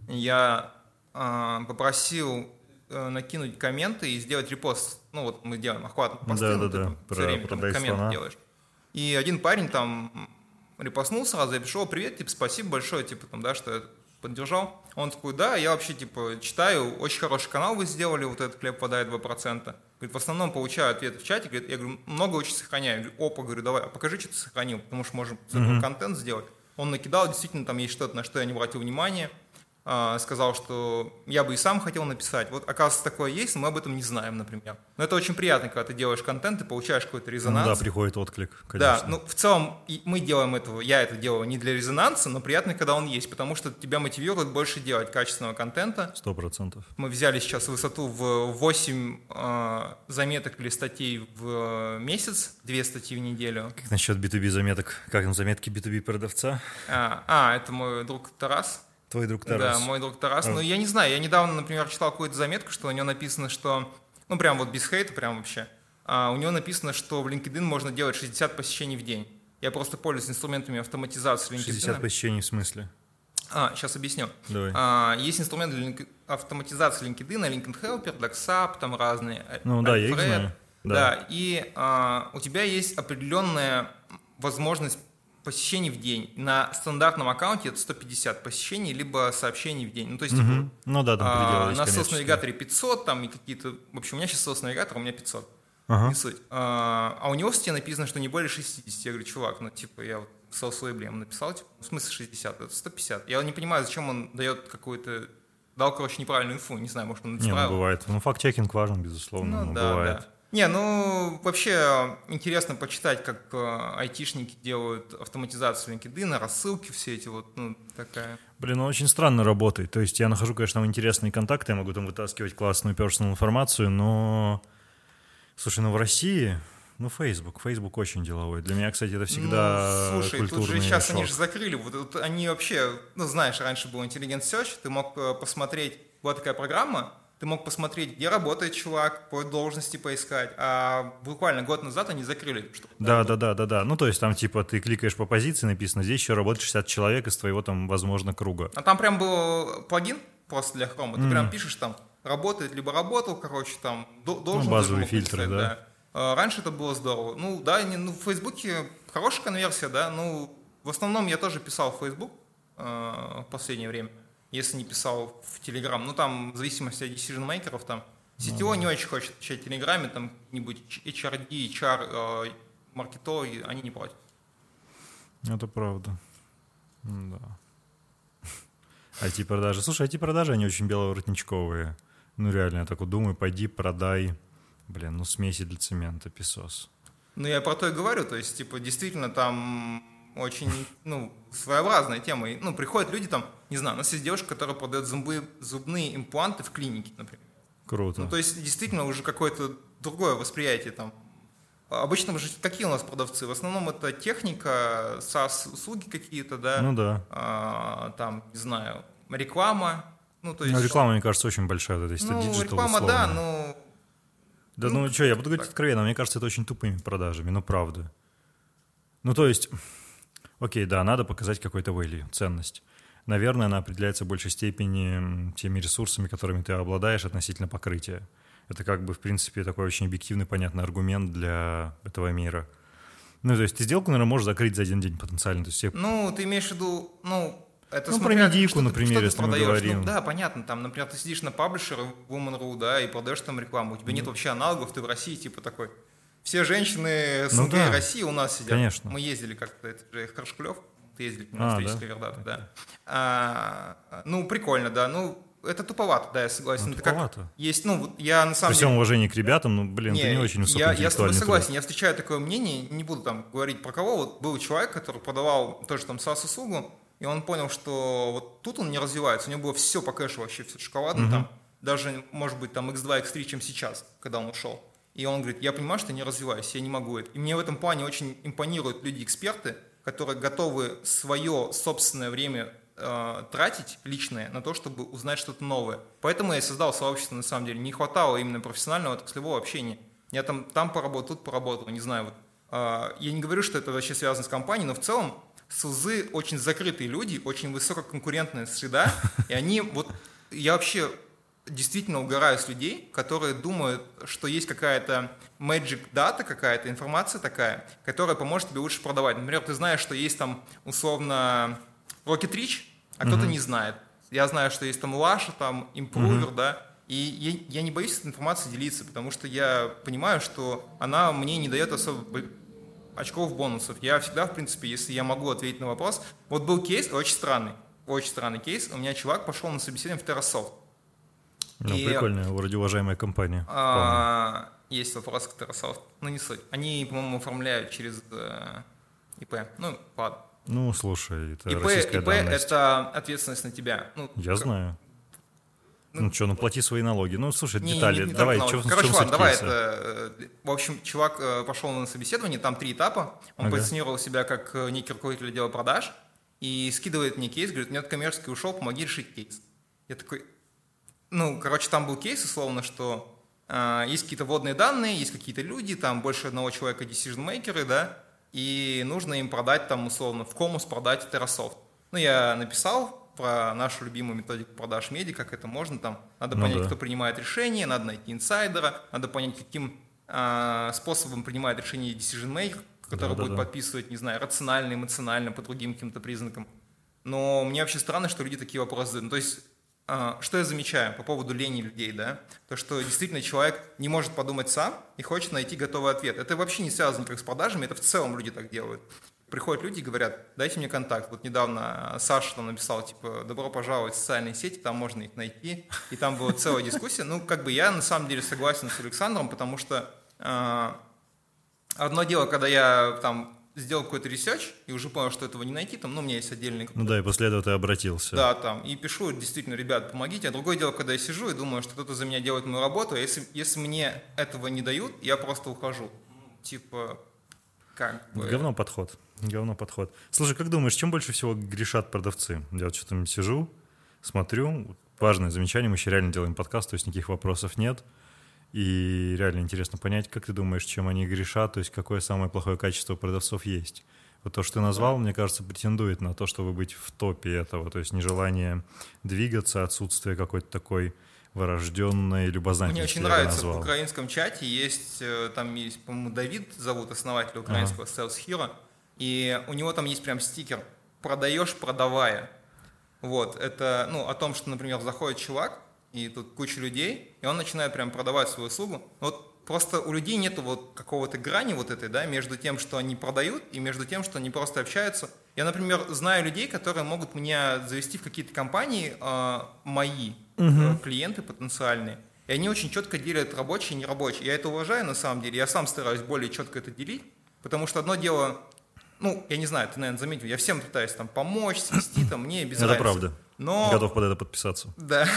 я э, попросил э, накинуть комменты и сделать репост. Ну вот мы делаем охват посты, да, ну, да, ты да. там Про, все время там, комменты слона. Делаешь. И один парень там репостнул сразу, я пришел, привет, типа, спасибо большое, типа, там, да, что поддержал. Он такой, да, я вообще, типа, читаю, очень хороший канал вы сделали, вот этот хлеб подает два процента. Говорит, в основном получаю ответы в чате, говорит, я говорю, много очень сохраняю. Я говорю, опа, говорю, давай, а покажи, что ты сохранил, потому что можем с этого mm-hmm. контент сделать. Он накидал, действительно, там есть что-то, на что я не обратил внимания. Сказал, что я бы и сам хотел написать. Вот, оказывается, такое есть, но мы об этом не знаем, например. Но это очень приятно, когда ты делаешь контент, ты получаешь какой-то резонанс. Ну да, приходит отклик, конечно. Да, ну в целом мы делаем этого, я это делаю не для резонанса, но приятно, когда он есть, потому что тебя мотивирует больше делать качественного контента. Сто процентов. Мы взяли сейчас высоту в восемь э, заметок или статей в месяц, две статьи в неделю. Как насчет би ту би заметок? Как там заметки би ту би продавца? А, а это мой друг Тарас. Твой друг Тарас. Да, мой друг Тарас. А. Ну, я не знаю, я недавно, например, читал какую-то заметку, что у него написано, что, ну, прям вот без хейта, прям вообще, а у него написано, что в LinkedIn можно делать шестьдесят посещений в день. Я просто пользуюсь инструментами автоматизации LinkedIn. шестьдесят посещений в смысле? А, сейчас объясню. Давай. А, есть инструменты для линк... автоматизации LinkedIn, LinkedIn Helper, DocSap, там разные. Ну да, я их знаю. Да, да. И а, у тебя есть определенная возможность посещений в день. На стандартном аккаунте это сто пятьдесят посещений, либо сообщений в день. Ну, то есть, угу. типа, ну да, там а, на соцнавигаторе пятьсот, там и какие-то... В общем, у меня сейчас соцнавигатор, у меня пятьсот. Ага. Не суть. А, а у него в стене написано, что не более шестьдесят. Я говорю, чувак, ну, типа, я вот соус-лейблем написал, типа, в смысле шестьдесят? Это сто пятьдесят. Я не понимаю, зачем он дает какую-то... Дал, короче, неправильную инфу. Не знаю, может, он не, ну, бывает. Ну, факт-чекинг важен, безусловно, ну, но да, бывает. Да. Не, ну, вообще интересно почитать, как э, айтишники делают автоматизацию LinkedIn, рассылки все эти вот, ну, такая. Блин, ну очень странно работает. То есть я нахожу, конечно, там интересные контакты, я могу там вытаскивать классную персональную информацию, но, слушай, ну в России, ну Facebook, Facebook очень деловой. Для меня, кстати, это всегда ну, слушай, культурный тут же сейчас шок. Они же закрыли, вот, вот они вообще, ну, знаешь, раньше был Intelligent Search, ты мог посмотреть, была такая программа, ты мог посмотреть, где работает чувак, по должности поискать, а буквально год назад они закрыли. Что да, да, да, да, да. Ну, то есть там типа ты кликаешь по позиции, написано, здесь еще работает шестьдесят человек из твоего там, возможно, круга. А там прям был плагин просто для Chrome, ты mm. прям пишешь там, работает, либо работал, короче, там, должен... Ну, базовые фильтры, да. да. А, раньше это было здорово. Ну, да, не, ну, в Фейсбуке хорошая конверсия, да, ну, в основном я тоже писал в Facebook э, в последнее время. Если не писал в Telegram, ну там в зависимости от decision-мейкеров, там си ти о mm-hmm. не очень хочет отвечать в Телеграме, там какие-нибудь эйч ар ди, эйч ар, э, маркетологи, они не против. Это правда. Да. ай ти-продажи. Слушай, ай ти-продажи, они очень беловоротничковые. Ну реально, я так вот думаю, пойди продай, блин, ну смеси для цемента, песос. Ну я про то и говорю, то есть, типа, действительно там... очень, ну, своеобразная тема. Ну, приходят люди там, не знаю, у нас есть девушка, которая продает зубы, зубные импланты в клинике, например. Круто. Ну, то есть, действительно, уже какое-то другое восприятие там. Обычно же какие у нас продавцы? В основном это техника, SaaS-услуги какие-то, да. Ну, да. А, там, не знаю, реклама. Ну, то есть... Ну, реклама, мне кажется, очень большая. То есть, ну, это диджитал, реклама, условно. да, но... Да, ну, ну что, я буду говорить так. откровенно, мне кажется, это очень тупыми продажами, ну, правда. Ну, то есть... Окей, да, надо показать какой-то value, ценность. Наверное, она определяется в большей степени теми ресурсами, которыми ты обладаешь относительно покрытия. Это как бы, в принципе, такой очень объективный, понятный аргумент для этого мира. Ну, то есть ты сделку, наверное, можешь закрыть за один день потенциально. То есть все... Ну, ты имеешь в виду, ну... Это ну, смотря, про медийку, что например, ты, если что ты мы продаешь. говорим. Ну, да, понятно, там, например, ты сидишь на паблишере Woman.ru, да, и продаешь там рекламу. У тебя mm. нет вообще аналогов, ты в России типа такой... Все женщины СНГ ну, да. России у нас сидят. Конечно. Мы ездили как-то, это же Харшкулев, ты ездили а, на встречу с да? Кавердата, да. А, ну, прикольно, да, ну, это туповато, да, я согласен. Ну, это туповато. Как есть, ну, вот я на самом При деле... всем уважении к ребятам, ну, блин, не, ты не очень я, я с тобой согласен, труд. Я встречаю такое мнение, не буду там говорить про кого, вот был человек, который продавал тоже там SaaS-услугу, и он понял, что вот тут он не развивается, у него было все по кэшу вообще, все шоколадно, угу. там, даже, может быть, там икс два, икс три, чем сейчас, когда он ушел. И он говорит, я понимаю, что я не развиваюсь, я не могу это. И мне в этом плане очень импонируют люди-эксперты, которые готовы свое собственное время э, тратить, личное, на то, чтобы узнать что-то новое. Поэтому я создал сообщество, на самом деле. Не хватало именно профессионального отраслевого общения. Я там, там поработал, тут поработал, не знаю. Вот, э, я не говорю, что это вообще связано с компанией, но в целом СУЗы очень закрытые люди, очень высококонкурентная среда. И они, вот, я вообще... действительно угораю с людей, которые думают, что есть какая-то magic data, какая-то информация такая, которая поможет тебе лучше продавать. Например, ты знаешь, что есть там условно Rocket Reach, а mm-hmm. кто-то не знает. я знаю, что есть там Лаша, там Improver, mm-hmm. да, и я, я не боюсь этой информацией делиться, потому что я понимаю, что она мне не дает особо очков, бонусов. Я всегда, в принципе, если я могу ответить на вопрос... Вот был кейс очень странный, очень странный кейс. У меня чувак пошел на собеседование в TerraSoft. Ну, и, прикольная, вроде уважаемая компания. А, есть вопрос к TerraSoft, но не суть. Они, по-моему, оформляют через э, ИП. Ну, ладно. Ну, слушай, это ИП, российская ИП данность. Это ответственность на тебя. Ну, я как... знаю. Ну, ну что, ну плати свои налоги. Ну, слушай, не, детали. Не, не, не давай, чё, чё, Короче, чё ладно, давай кейса? это... В общем, чувак пошел на собеседование, там три этапа. Он ага. позиционировал себя как некий руководитель отдела продаж и скидывает мне кейс, говорит, нет, коммерческий ушел, помоги решить кейс. Я такой... Ну, короче, там был кейс, условно, что э, есть какие-то вводные данные, есть какие-то люди, там больше одного человека decision-makers, да, и нужно им продать там, условно, в комус продать TerraSoft. Ну, я написал про нашу любимую методику продаж меди, как это можно, там, надо ну понять, да. кто принимает решение, надо найти инсайдера, надо понять, каким э, способом принимает решение decision-maker, который да, будет да, да. подписывать, не знаю, рационально, эмоционально, по другим каким-то признакам. Но мне вообще странно, что люди такие вопросы задают. Ну, то есть, э, что я замечаю по поводу лени людей, да, то, что действительно человек не может подумать сам и хочет найти готовый ответ. Это вообще не связано никак с продажами, это в целом люди так делают. Приходят люди и говорят, дайте мне контакт. Вот недавно Саша там написал, типа, добро пожаловать в социальные сети, там можно их найти. И там была целая дискуссия. Ну, как бы я на самом деле согласен с Александром, потому что э, одно дело, когда я там сделал какой-то ресерч и уже понял, что этого не найти, там, ну, у меня есть отдельный... Ну да, и после этого ты обратился. Да, там, и пишу, действительно, ребят, помогите. А другое дело, когда я сижу и думаю, что кто-то за меня делает мою работу, а если, если мне этого не дают, я просто ухожу. Типа, как бы... Говно подход. Говно подход. Слушай, как думаешь, чем больше всего грешат продавцы? Я вот что-то сижу, смотрю, важное замечание, мы еще реально делаем подкаст, то есть никаких вопросов нет. И реально интересно понять, как ты думаешь, чем они грешат, то есть какое самое плохое качество у продавцов есть. Вот то, что ты назвал, мне кажется, претендует на то, чтобы быть в топе этого, то есть нежелание двигаться, отсутствие какой-то такой вырожденной любознательности. Мне очень нравится, в украинском чате есть, там есть, по-моему, Давид зовут, основатель украинского ага. Sales Hero, и у него там есть прям стикер «Продаешь, продавая». Вот, это, ну, о том, что, например, заходит чувак, и тут куча людей, и он начинает прям продавать свою услугу. Вот просто у людей нету вот какого-то грани вот этой, да, между тем, что они продают, и между тем, что они просто общаются. Я, например, знаю людей, которые могут меня завести в какие-то компании, э, мои uh-huh. клиенты потенциальные, и они очень четко делят рабочие и нерабочие. Я это уважаю на самом деле, я сам стараюсь более четко это делить, потому что одно дело... Ну, я не знаю, ты, наверное, заметил, я всем пытаюсь там помочь, свести, там, мне без разницы. Это правда. Но... Готов под это подписаться. Да.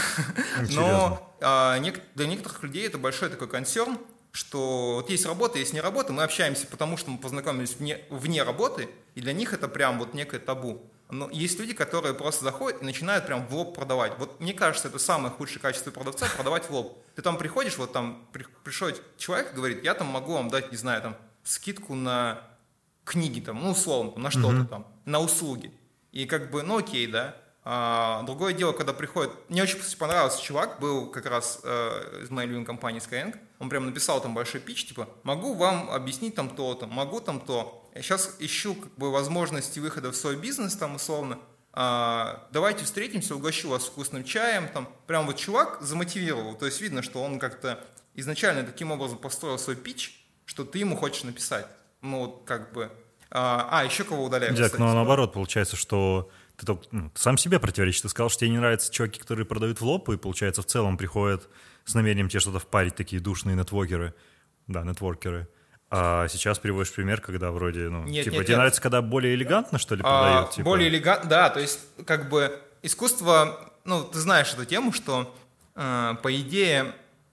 Но а, нек... для некоторых людей это большой такой консерн, что вот есть работа, есть не работа, мы общаемся, потому что мы познакомились вне, вне работы, и для них это прям вот некое табу. Но есть люди, которые просто заходят и начинают прям в лоб продавать. Вот мне кажется, это самое худшее качество продавца – продавать в лоб. Ты там приходишь, вот там при... приходит человек и говорит, я там могу вам дать, не знаю, там, скидку на... книги там, ну, условно, на что-то uh-huh. там, на услуги. И как бы, ну, окей, да. А, другое дело, когда приходит... Мне очень понравился чувак, был как раз э, из моей любимой компании Skyeng. Он прям написал там большой питч, типа, могу вам объяснить там то-то, могу там то. Я сейчас ищу как бы возможности выхода в свой бизнес, там, условно. А, давайте встретимся, угощу вас вкусным чаем. Там. Прям вот чувак замотивировал. То есть видно, что он как-то изначально таким образом построил свой питч, что ты ему хочешь написать. Ну, вот как бы... А, а еще кого удаляют? Дяк, но наоборот, получается, что ты, только, ну, ты сам себе противоречишь. Ты сказал, что тебе не нравятся чуваки, которые продают в лоб, и, получается, в целом приходят с намерением тебе что-то впарить, такие душные нетворкеры. Да, нетворкеры. А сейчас приводишь пример, когда вроде, ну, нет, типа, нет, тебе нет. нравится, когда более элегантно, что ли, продают? А, типа? Более элегантно, да, то есть, как бы, искусство, ну, ты знаешь эту тему, что, э, по идее,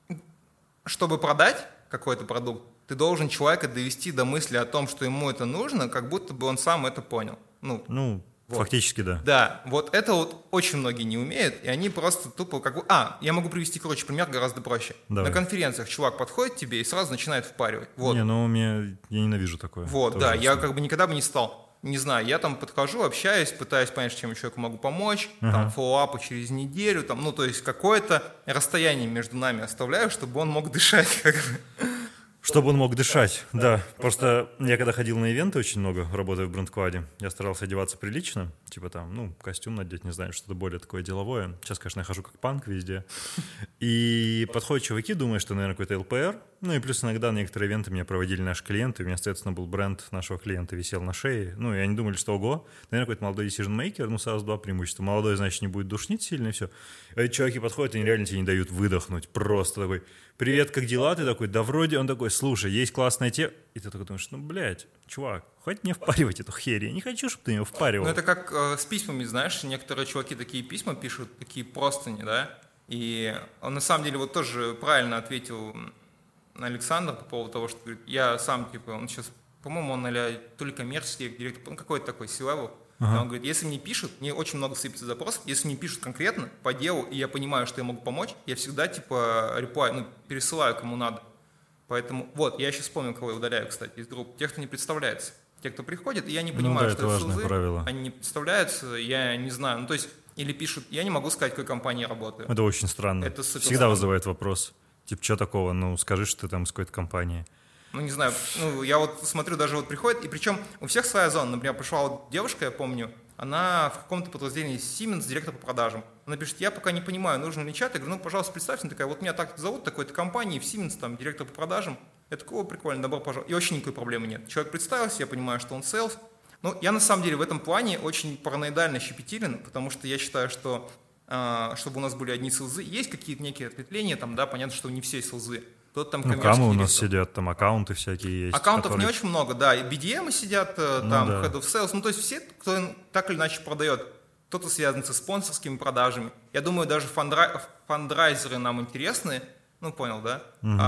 чтобы продать какой-то продукт, ты должен человека довести до мысли о том, что ему это нужно, как будто бы он сам это понял. Ну, ну вот. Фактически, да. Да, вот это вот очень многие не умеют, и они просто тупо как бы... А, я могу привести, короче, пример гораздо проще. Давай. На конференциях чувак подходит к тебе и сразу начинает впаривать. Вот. Не, ну, меня, я ненавижу такое. Вот, это да, ужасно. я как бы никогда бы не стал. Не знаю, я там подхожу, общаюсь, пытаюсь понять, чем я человеку могу помочь, uh-huh. там, фоллоуапы через неделю, там, ну, то есть какое-то расстояние между нами оставляю, чтобы он мог дышать, как бы. Чтобы он мог дышать, да. Просто я когда ходил на ивенты очень много, работая в брендкваде, я старался одеваться прилично, типа там, ну, костюм надеть, не знаю, что-то более такое деловое. Сейчас, конечно, я хожу как панк везде. И подходят чуваки, думают, что, наверное, какой-то эл пэ эр. Ну и плюс иногда некоторые ивенты меня проводили наши клиенты, у меня, соответственно, был бренд нашего клиента, висел на шее. Ну, и они думали, что ого, наверное, какой-то молодой decision-maker, ну, сразу два преимущества. Молодой, значит, не будет душнить сильно, и все. А эти чуваки подходят, и они реально тебе не дают выдохнуть. Просто такой: привет, как дела? Ты такой: да вроде. Он такой: слушай, есть классная тема. И ты такой думаешь: ну, блядь, чувак, хватит мне впаривать эту херь. Я не хочу, чтобы ты меня впаривал. Ну, это как э, с письмами, знаешь, некоторые чуваки такие письма пишут, такие простыни, да? И он на самом деле вот тоже правильно ответил Александр по поводу того, что говорит, я сам, типа, он сейчас, по-моему, он а-ля то ли коммерческий директор, он какой-то такой C-level. Ага. Он говорит, если мне пишут, мне очень много сыпется запросов, если мне пишут конкретно по делу, и я понимаю, что я могу помочь, я всегда, типа, реплай, ну, пересылаю кому надо. Поэтому, вот, я сейчас вспомнил, кого я удаляю, кстати, из групп. Тех, кто не представляется. Те, кто приходит, и я не понимаю, ну, да, что это СЛЗ, правило. Они не представляются, я не знаю, ну, то есть, или пишут, я не могу сказать, в какой компании я работаю. Это очень странно. Это всегда странно. Вызывает вопрос. Типа, что такого? Ну, скажи, что ты там с какой-то компанией. Ну, не знаю, ну, я вот смотрю, даже вот приходит, и причем у всех своя зона. Например, пришла вот девушка, я помню, она в каком-то подразделении Siemens, директор по продажам. Она пишет, я пока не понимаю, нужен ли чат. Я говорю, ну, пожалуйста, представься. Она такая, вот меня так зовут, такой-то компании, в Siemens, там, директор по продажам. Я такой, о, прикольно, добро пожаловать. И вообще никакой проблемы нет. Человек представился, я понимаю, что он sales. Ну, я на самом деле в этом плане очень параноидально щепетилен, потому что я считаю, что э, чтобы у нас были одни селзы, есть какие-то некие ответвления, там, да, понятно, что не все селзы. Тот там ну, камы у нас сидят, там аккаунты всякие есть. Аккаунтов которые... не очень много, да, и би ди эм сидят, ну, там, да. Head of Sales, ну, то есть все, кто так или иначе продает, кто-то связан со спонсорскими продажами. Я думаю, даже фандра... фандрайзеры нам интересны, ну, понял, да? Угу.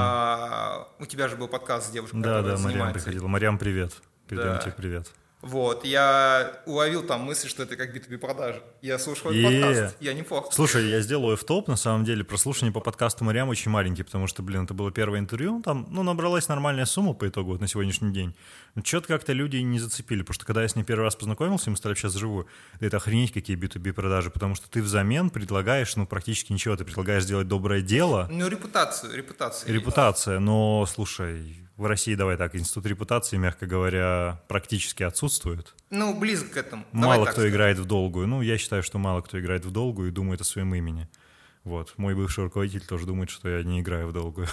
А, у тебя же был подкаст с девушкой, да, которая да, занимается. Марьям приходила. Марьям, привет. Передаем да. тебе привет. Вот, я уловил там мысль, что это как би ту би продажи. Я слушал этот подкаст, я неплохо. Слушай, я сделал офф-топ, на самом деле, прослушивание по подкасту Марьям очень маленький, потому что, блин, это было первое интервью, там, ну, набралась нормальная сумма по итогу вот, на сегодняшний день. Но что-то как-то люди не зацепили, потому что когда я с ней первый раз познакомился, мы стали сейчас вживую, это охренеть какие би ту би продажи, потому что ты взамен предлагаешь, ну, практически ничего, ты предлагаешь сделать доброе дело. Ну, репутацию, репутация. Репутация, но, слушай... В России, давай так, институт репутации, мягко говоря, практически отсутствует. Ну, близко к этому. Мало кто скажем. играет в долгую. Ну, я считаю, что мало кто играет в долгую и думает о своем имени. Вот. Мой бывший руководитель тоже думает, что я не играю в долгую.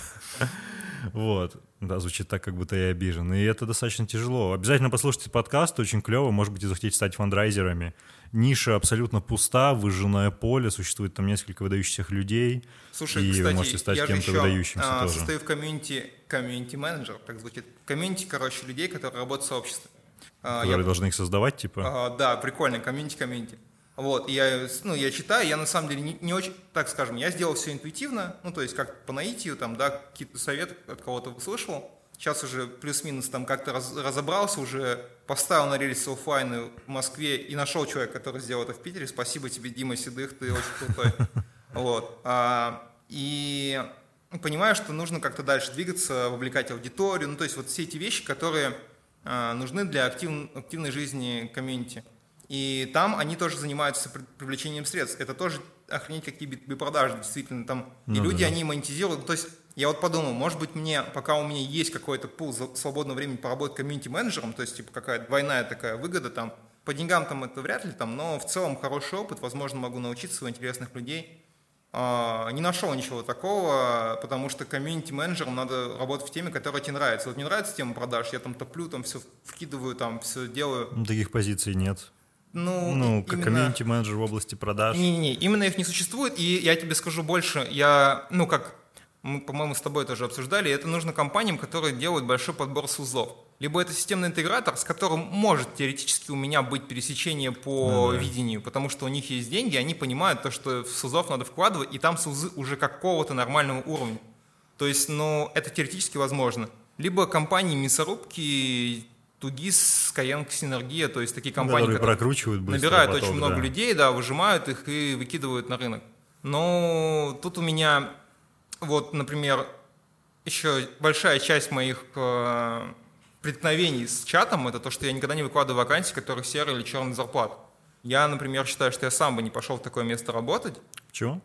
Вот. Да, звучит так, как будто я обижен. И это достаточно тяжело. Обязательно послушайте подкаст, очень клево. Может быть, и захотите стать фандрайзерами. Ниша абсолютно пуста, выжженное поле. Существует там несколько выдающихся людей. Слушай, и кстати, вы можете стать кем-то еще, выдающимся а, тоже. Я состою в комьюнити, комьюнити-менеджер, так звучит. Комьюнити, короче, людей, которые работают в сообществе. Которые я, должны их создавать, типа? А, да, прикольно, комьюнити-комьюнити. Вот, я, ну, я читаю, я на самом деле не, не очень, так скажем, я сделал все интуитивно, ну, то есть как по наитию, там, да, какие-то советы от кого-то услышал. Сейчас уже плюс-минус там как-то раз, разобрался, уже поставил на рельсы оффлайны в Москве и нашел человека, который сделал это в Питере. Спасибо тебе, Дима Седых, ты очень крутой. Вот. И понимаю, что нужно как-то дальше двигаться, вовлекать аудиторию, ну, то есть вот все эти вещи, которые нужны для актив, активной жизни комьюнити. И там они тоже занимаются привлечением средств. Это тоже охренеть какие би ту би-продажи, действительно. Там. И ну, люди, да. они монетизируют. То есть я вот подумал, может быть, мне, пока у меня есть какой-то пул свободного времени поработать комьюнити-менеджером, то есть типа какая-то двойная такая выгода, там, по деньгам там это вряд ли, там, но в целом хороший опыт, возможно, могу научиться у интересных людей. А, не нашел ничего такого, потому что комьюнити-менеджером надо работать в теме, которая тебе нравится. Вот мне нравится тема продаж, я там топлю, там все вкидываю, там все делаю. Таких позиций нет. Ну, ну как именно... комьюнити-менеджер в области продаж. Не-не-не, именно их не существует, и я тебе скажу больше, я, ну как, мы, по-моему, с тобой тоже обсуждали, это нужно компаниям, которые делают большой подбор СУЗов. Либо это системный интегратор, с которым может теоретически у меня быть пересечение по ну, да. видению, потому что у них есть деньги, они понимают то, что в СУЗов надо вкладывать, и там СУЗы уже какого-то нормального уровня. То есть, ну, это теоретически возможно. Либо компании мясорубки, Тугис, Skyeng, Синергия, то есть такие компании, которые прокручивают быстро, набирают поток, очень много да. людей, да, выжимают их и выкидывают на рынок. Но тут у меня, вот, например, еще большая часть моих э, преткновений с чатом, это то, что я никогда не выкладываю вакансии, которых серый или черный зарплат. Я, например, считаю, что я сам бы не пошел в такое место работать. Почему?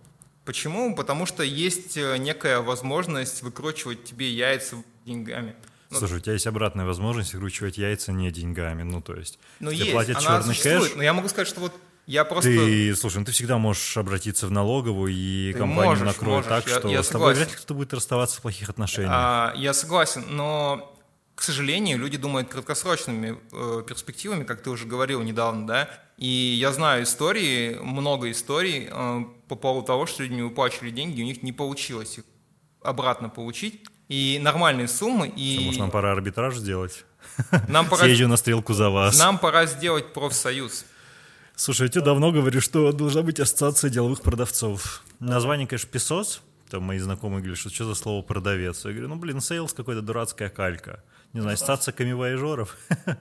Почему? Потому что есть некая возможность выкручивать тебе яйца деньгами. Слушай, у тебя есть обратная возможность выкручивать яйца не деньгами, ну то есть ну, тебе есть. платят Она черный существует, кэш. Но я могу сказать, что вот я просто... Ты, слушай, ну ты всегда можешь обратиться в налоговую, и ты компанию можешь, накроют можешь. так, Я, что я с тобой вряд ли согласен. кто будет расставаться в плохих отношениях. А, я согласен, но, к сожалению, люди думают краткосрочными э, перспективами, как ты уже говорил недавно, да, и я знаю истории, много историй э, по поводу того, что людьми выплачивали деньги, у них не получилось их обратно получить, и нормальные суммы, и... Что, может, нам пора арбитраж сделать? Нам пора... Съезжу на стрелку за вас. Нам пора сделать профсоюз. Слушай, я тебе давно говорю, что должна быть ассоциация деловых продавцов. Название, конечно, ПИСОС. Там мои знакомые говорят, что что за слово продавец. Я говорю, ну, блин, сейлс какая-то дурацкая калька. Не знаю, ассоциация камевояжеров.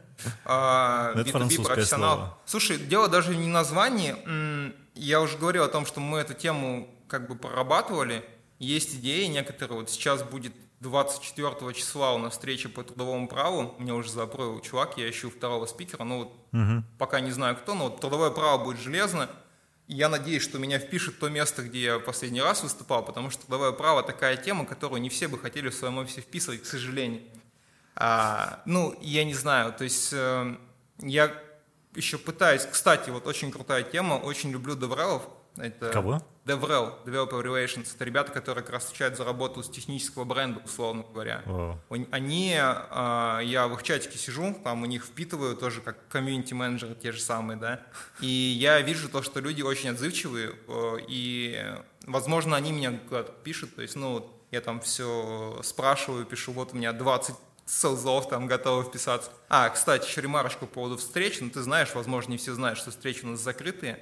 А, Это французское профессионал. слово. Слушай, дело даже не в названии. Я уже говорил о том, что мы эту тему как бы прорабатывали. Есть идеи некоторые. Вот сейчас будет двадцать четвёртого числа у нас встреча по трудовому праву. Меня уже запроил чувак, я ищу второго спикера. Ну вот угу. Пока не знаю кто, но вот трудовое право будет железно. И я надеюсь, что меня впишут в то место, где я последний раз выступал, потому что трудовое право такая тема, которую не все бы хотели в своем офисе вписывать, к сожалению. А, ну, я не знаю, то есть э, я еще пытаюсь, кстати, вот очень крутая тема, очень люблю деврелов. Это Кого? деврел, Developer Relations, это ребята, которые как раз отвечают за работу с технического бренда, условно говоря. О. Они, э, я в их чатике сижу, там у них впитываю тоже как комьюнити-менеджеры те же самые, да, и я вижу то, что люди очень отзывчивые, э, и, возможно, они меня куда-то пишут, то есть, ну, вот я там все спрашиваю, пишу, вот у меня двадцать селзов там готовы вписаться. А, кстати, еще ремарочку по поводу встреч, ну, ты знаешь, возможно, не все знают, что встречи у нас закрытые.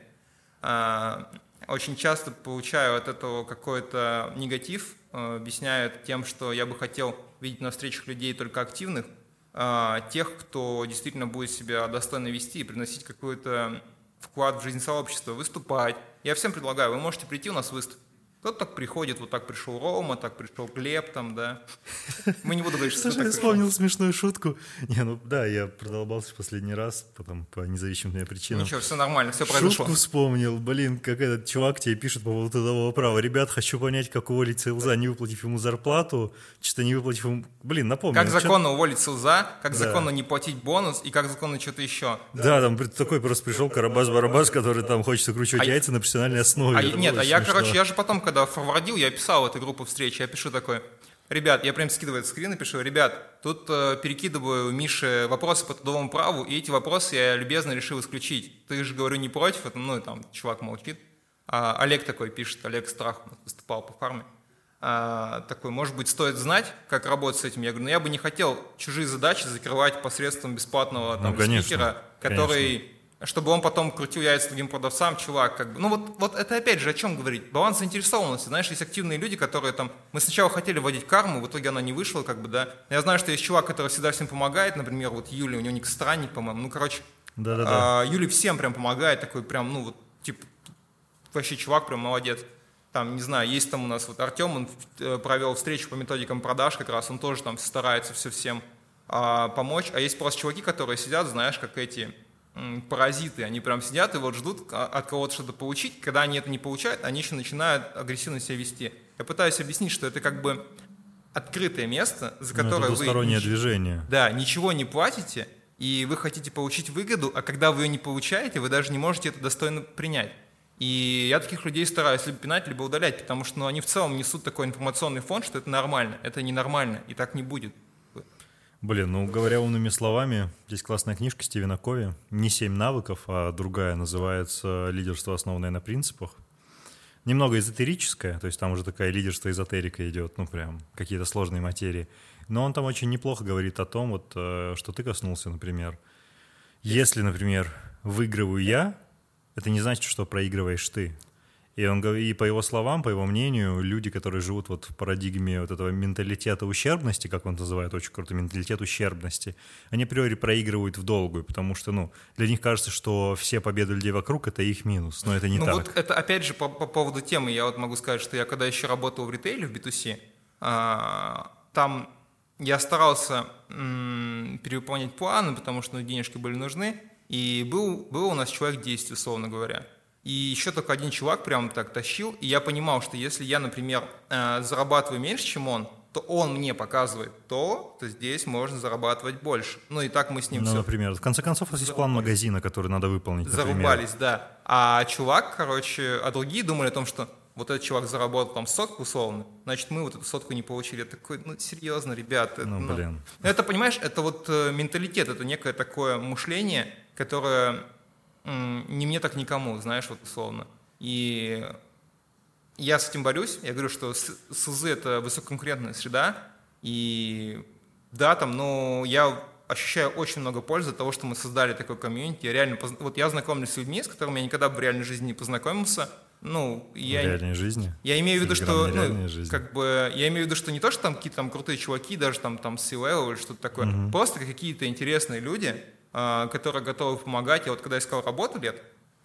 Очень часто получаю от этого какой-то негатив, объясняют тем, что я бы хотел видеть на встречах людей только активных, тех, кто действительно будет себя достойно вести и приносить какой-то вклад в жизнь сообщества, выступать. Я всем предлагаю, вы можете прийти у нас выступить. Кто-то так приходит, вот так пришел Рома, так пришел Глеб, там, да. Мы не буду говорить, что Слушай, ты я так вспомнил пришел. смешную шутку. Не, ну да, я продолбался в последний раз, потом по независимым мне причинам. Ничего, все нормально, все произошло. Шутку вспомнил, блин, как этот чувак тебе пишет по поводу трудового права. Ребят, хочу понять, как уволить сейлза, не выплатив ему зарплату, что-то не выплатив ему... Блин, напомню. Как ну, законно уволить сейлза, как Да. законно не платить бонус и как законно что-то еще. Да, там такой просто пришел Карабас-Барабас, который там хочет выкручивать А яйца на профессиональной основе. А, Это нет, было а я, смешно. короче, я же потом, когда форвардил, я писал в эту группу встречи, я пишу такой, ребят, я прям скидываю этот скрин и пишу, ребят, тут э, перекидываю Мише вопросы по трудовому праву, и эти вопросы я любезно решил исключить. Ты же, говорю, не против, это, ну, и там чувак молчит. А Олег такой пишет, Олег Страх выступал по фарме. А, такой, может быть, стоит знать, как работать с этим. Я говорю, ну, я бы не хотел чужие задачи закрывать посредством бесплатного там, Ну, конечно, спикера, который... конечно. Чтобы он потом крутил яйца другим продавцам, чувак, как бы. Ну вот, вот это опять же о чем говорить? Баланс заинтересованности. Знаешь, есть активные люди, которые там... Мы сначала хотели вводить карму, в итоге она не вышла, как бы, да. Я знаю, что есть чувак, который всегда всем помогает, например, вот Юля, у него ник Странник, по-моему. Ну, короче, Да-да-да. а, Юля всем прям помогает, такой прям, ну, вот, типа, вообще чувак прям молодец. Там, не знаю, есть там у нас вот Артем, он э, провел встречу по методикам продаж как раз, он тоже там старается все всем а, помочь. А есть просто чуваки, которые сидят, знаешь, как эти... паразиты, они прям сидят и вот ждут от кого-то что-то получить. Когда они это не получают, они еще начинают агрессивно себя вести. Я пытаюсь объяснить, что это как бы открытое место, за Ну, которое это вы двустороннее нич- движение. да, ничего не платите, и вы хотите получить выгоду, а когда вы ее не получаете, вы даже не можете это достойно принять. И я таких людей стараюсь либо пинать, либо удалять, потому что ну, они в целом несут такой информационный фон, что это нормально, это ненормально, и так не будет. Блин, ну говоря умными словами, здесь классная книжка Стивена Кови, не семь навыков, а другая, называется «Лидерство, основанное на принципах». Немного эзотерическая, то есть там уже такая лидерство эзотерика идет, ну прям какие-то сложные материи. Но он там очень неплохо говорит о том, вот, что ты коснулся, например. Если, например, выигрываю я, это не значит, что проигрываешь ты. И, он, и по его словам, по его мнению, люди, которые живут вот в парадигме вот этого менталитета ущербности, как он называет, очень круто, менталитет ущербности, они априори проигрывают в долгую, потому что ну, для них кажется, что все победы людей вокруг — это их минус, но это не ну, так. Вот это опять же по, по поводу темы, я вот могу сказать, что я когда еще работал в ритейле, в би ту си, а, там я старался м, перевыполнять планы, потому что ну, денежки были нужны, и был, был у нас человек десять, условно говоря. И еще только один чувак прям так тащил, и я понимал, что если я, например, зарабатываю меньше, чем он, то он мне показывает то, то здесь можно зарабатывать больше. Ну и так мы с ним ну, все... например, в конце концов, у нас есть план магазина, который надо выполнить, Зарубались, например. Да. А чувак, короче, а другие думали о том, что вот этот чувак заработал там сотку условно, значит, мы вот эту сотку не получили. Я такой, ну, серьезно, ребята. Ну, ну, блин. Это, понимаешь, это вот э, менталитет, это некое такое мышление, которое м, не мне так никому, знаешь, вот условно. И я с этим борюсь. Я говорю, что СУЗы — это высококонкурентная среда. И да, там, но я ощущаю очень много пользы от того, что мы создали такой комьюнити. Я реально, поз... вот я знакомлюсь с людьми, с которыми я никогда в реальной жизни не познакомился. Ну, я... В реальной жизни? Я имею в виду, что, ну, жизни. как бы, я имею в виду, что не то, что там какие-то там крутые чуваки, даже там, там C-level или что-то такое, угу. Просто какие-то интересные люди, э, которые готовы помогать. Я вот когда искал работу лет,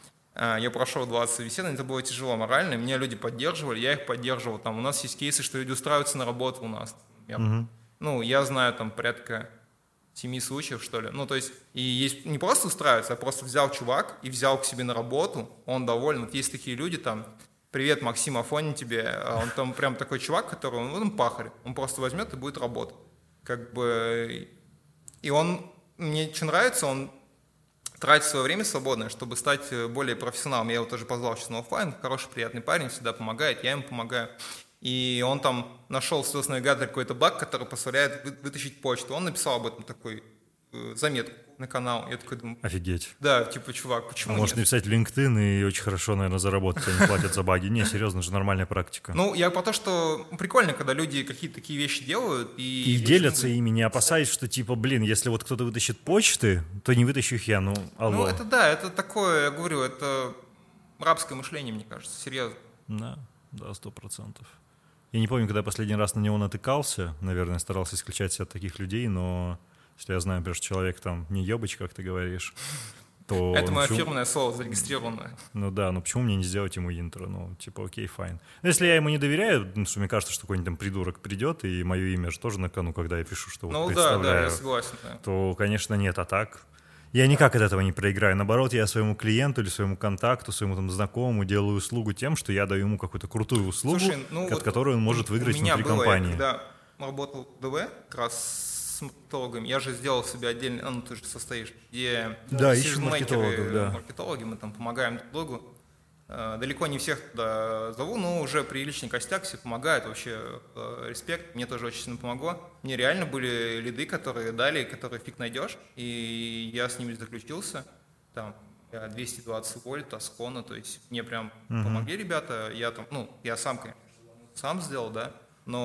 э, я прошел двадцать собеседований, это было тяжело морально, меня люди поддерживали, я их поддерживал. Там у нас есть кейсы, что люди устраиваются на работу у нас. Я, угу. Ну, я знаю там порядка семи случаев, что ли. Ну, то есть, и есть не просто устраиваться, а просто взял чувак и взял к себе на работу, он доволен. Вот есть такие люди там, привет, Максим Афонин тебе, он там прям такой чувак, который, он, он пахарь, он просто возьмет и будет работать. Как бы, и он, мне что нравится, он тратит свое время свободное, чтобы стать более профессионалом. Я его тоже позвал сейчас на офлайн, хороший, приятный парень, всегда помогает, я ему помогаю. И он там нашел в своем навигаторе какой-то баг, который позволяет вытащить почту. Он написал об этом такой э, заметку на канал. Я такой думаю... Офигеть. Да, типа, чувак, почему а может написать в LinkedIn и очень хорошо, наверное, заработать, они платят за баги. Не, серьезно, это же нормальная практика. Ну, я про то, что прикольно, когда люди какие-то такие вещи делают. И, и делятся ими, не опасаясь, что типа, блин, если вот кто-то вытащит почты, то не вытащу их я, ну, алло. Ну, это да, это такое, я говорю, это рабское мышление, мне кажется, серьезно. Да, да, сто процентов. Я не помню, когда я последний раз на него натыкался, наверное, старался исключать себя от таких людей, но если я знаю, например, что человек там не ебыч, как ты говоришь, то... Это мое почему... фирменное слово, зарегистрированное. Ну да, ну почему мне не сделать ему интро? Ну, типа, окей, файн. Но если я ему не доверяю, ну, что мне кажется, что какой-нибудь там придурок придет, и мое имя же тоже на кону, когда я пишу, что вот ну, представляю, да, да, я согласен, да. то, конечно, нет, а так... Я никак от этого не проиграю. Наоборот, я своему клиенту или своему контакту, своему там знакомому делаю услугу тем, что я даю ему какую-то крутую услугу, Слушай, ну, от вот которой он может выиграть внутри было, компании. Я, когда работал в ДВ, как раз с маркетологами, я же сделал себе отдельный, ну ты же состоишь, где да, ищем маркетологов, да. маркетологи, мы там помогаем друг другу. Далеко не всех туда зову, но уже приличный костяк, все помогают, вообще респект, мне тоже очень сильно помогло. Мне реально были лиды, которые дали, которые фиг найдешь, и я с ними заключился, там, двести двадцать вольт, Аскона, то есть мне прям uh-huh. помогли ребята, я там, ну, я сам, конечно, сам сделал, да,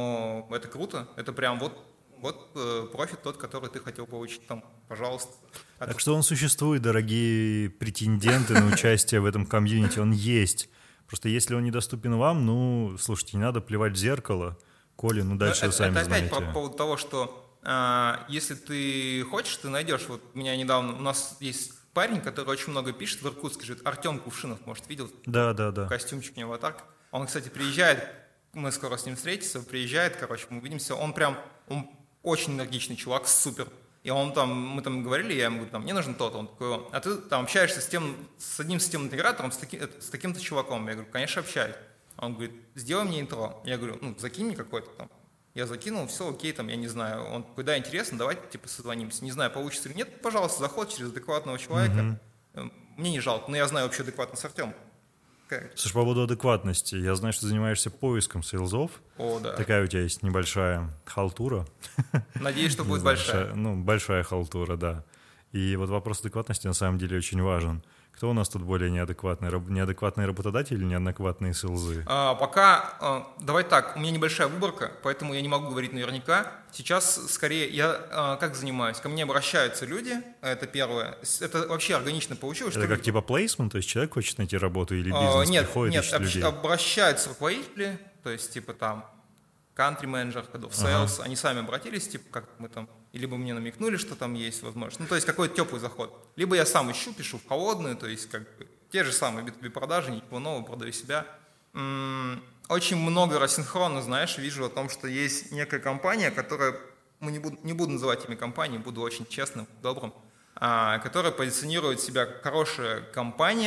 но это круто, это прям вот, вот э, профит тот, который ты хотел получить там, пожалуйста. А так тут... что он существует, дорогие претенденты на участие в этом комьюнити, он есть. Просто если он недоступен вам, ну, слушайте, не надо плевать в зеркало, Коля, ну дальше это, вы сами это знаете. Это опять по поводу того, что э, если ты хочешь, ты найдешь, вот у меня недавно, у нас есть парень, который очень много пишет в Иркутске, живет, Артем Кувшинов, может, видел? Да, да, да. Костюмчик у него аватарка. Он, кстати, приезжает, мы скоро с ним встретимся, приезжает, короче, мы увидимся, он прям, он очень энергичный чувак, супер. И он там, мы там говорили, я ему говорю, там, мне нужен то-то. Он такой, а ты там общаешься с, тем, с одним системным интегратором, с, таки, с таким-то чуваком? Я говорю, конечно, общаюсь. Он говорит, сделай мне интро. Я говорю, ну, закинь мне какой-то там. Я закинул, все, окей, там, я не знаю. Он такой, да, интересно, давайте, типа, созвонимся. Не знаю, получится или нет, пожалуйста, заход через адекватного человека. Mm-hmm. Мне не жалко, но я знаю вообще адекватно с Артемом. Слушай, по поводу адекватности, я знаю, что ты занимаешься поиском сейлзов. О, да. Такая у тебя есть небольшая халтура. Надеюсь, что будет большая. Ну, большая халтура, да. И вот вопрос адекватности на самом деле очень важен. Кто у нас тут более неадекватный? Неадекватные работодатели или неадекватные сейлзы? А, пока, а, давай так, у меня небольшая выборка, поэтому я не могу говорить наверняка. Сейчас скорее я а, как занимаюсь? Ко мне обращаются люди, это первое. Это вообще органично получилось. Это что как типа плейсмент, то есть человек хочет найти работу или бизнес а, нет, приходит, нет, ищет об, людей? обращаются руководители, то есть типа там country manager, head of sales, ага. Они сами обратились, типа как мы там, либо мне намекнули, что там есть возможность, ну то есть какой-то теплый заход, либо я сам ищу, пишу в холодную, то есть как бы те же самые би ту би продажи, ничего нового, продаю себя. М-м, очень много рассинхронно, знаешь, вижу о том, что есть некая компания, которая, мы не буду, не буду называть имя компании, буду очень честным, добрым, а, которая позиционирует себя как хорошая компания,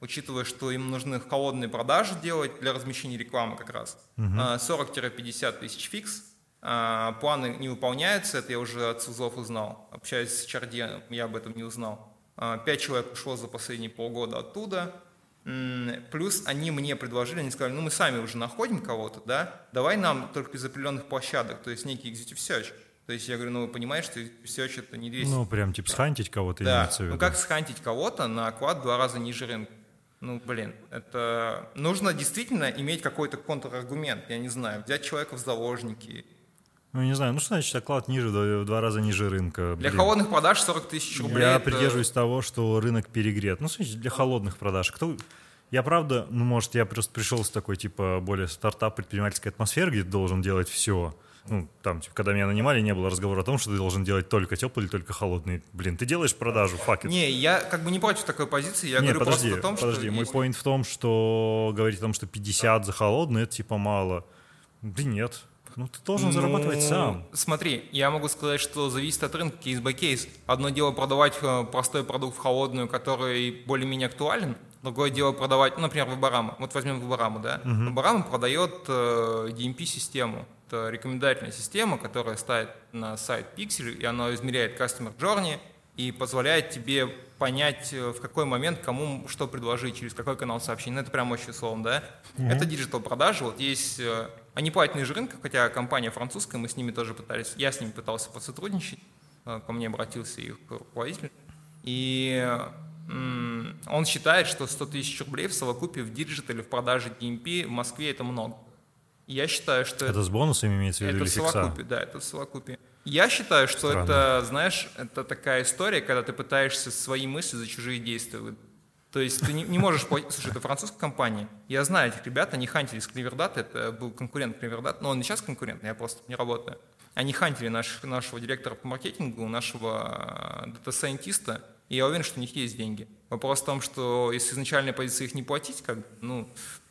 учитывая, что им нужны холодные продажи делать для размещения рекламы как раз. Uh-huh. сорок-пятьдесят тысяч фикс. Планы не выполняются, это я уже от СУЗов узнал. Общаясь с эйч ар ди, я об этом не узнал. Пять человек ушло за последние полгода оттуда. Плюс они мне предложили, они сказали, ну мы сами уже находим кого-то, да, давай нам только из определенных площадок, то есть некий executive search. То есть я говорю, ну вы понимаете, что executive search это не двести. Ну прям типа схантить кого-то, да. имеется в виду. Ну как схантить кого-то на оклад в два раза ниже рынка? Ну блин, это нужно действительно иметь какой-то контраргумент, я не знаю, взять человека в заложники. Ну, не знаю, ну что значит оклад ниже, в два раза ниже рынка? Для Блин. холодных продаж сорок тысяч рублей. Я это... придерживаюсь того, что рынок перегрет. Ну, смотрите, для холодных продаж. Кто... Я правда, ну, может, я просто пришел с такой, типа, более стартап-предпринимательской атмосферы, где ты должен делать все. Ну, там, типа, когда меня нанимали, не было разговора о том, что ты должен делать только теплый или только холодный. Блин, ты делаешь продажу, fuck it. Не, я как бы не против такой позиции, я не, говорю подожди, просто о том, подожди, что... мой есть... поинт в том, что говорить о том, что пятьдесят за холодный, это, типа, мало. Да нет. Ну, ты должен ну, зарабатывать сам. Смотри, я могу сказать, что зависит от рынка, кейс by кейс. Одно дело продавать простой продукт в холодную, который более-менее актуален. Другое дело продавать, ну, например, Вебораму. Вот возьмем Вебораму, да? Uh-huh. Вебораму продает э, ди эм пи-систему. Это рекомендательная система, которая ставит на сайт Pixel, и она измеряет customer journey и позволяет тебе понять, в какой момент кому что предложить, через какой канал сообщений. Ну, это прям очень условно, да? Uh-huh. Это диджитал-продажи. Вот есть... Э, Они платят ниже рынка, хотя компания французская, мы с ними тоже пытались, я с ними пытался посотрудничать, ко мне обратился их руководитель, и он считает, что сто тысяч рублей в совокупе в диджитале, в продаже ди эм пи в Москве это много. Я считаю, что... Это, это с бонусами имеется в виду или фикса? Это совокупе, да, это совокупе. Я считаю, что Странно. это, знаешь, это такая история, когда ты пытаешься свои мысли за чужие действия выдать. То есть ты не, не можешь... Слушай, это французская компания. Я знаю этих ребят, они хантили с Клевердата, это был конкурент Клевердата, но он и сейчас конкурент, я просто не работаю. Они хантили наш, нашего директора по маркетингу, нашего дата-сайентиста, и я уверен, что у них есть деньги. Вопрос в том, что если изначальная позиция их не платить, как, ну...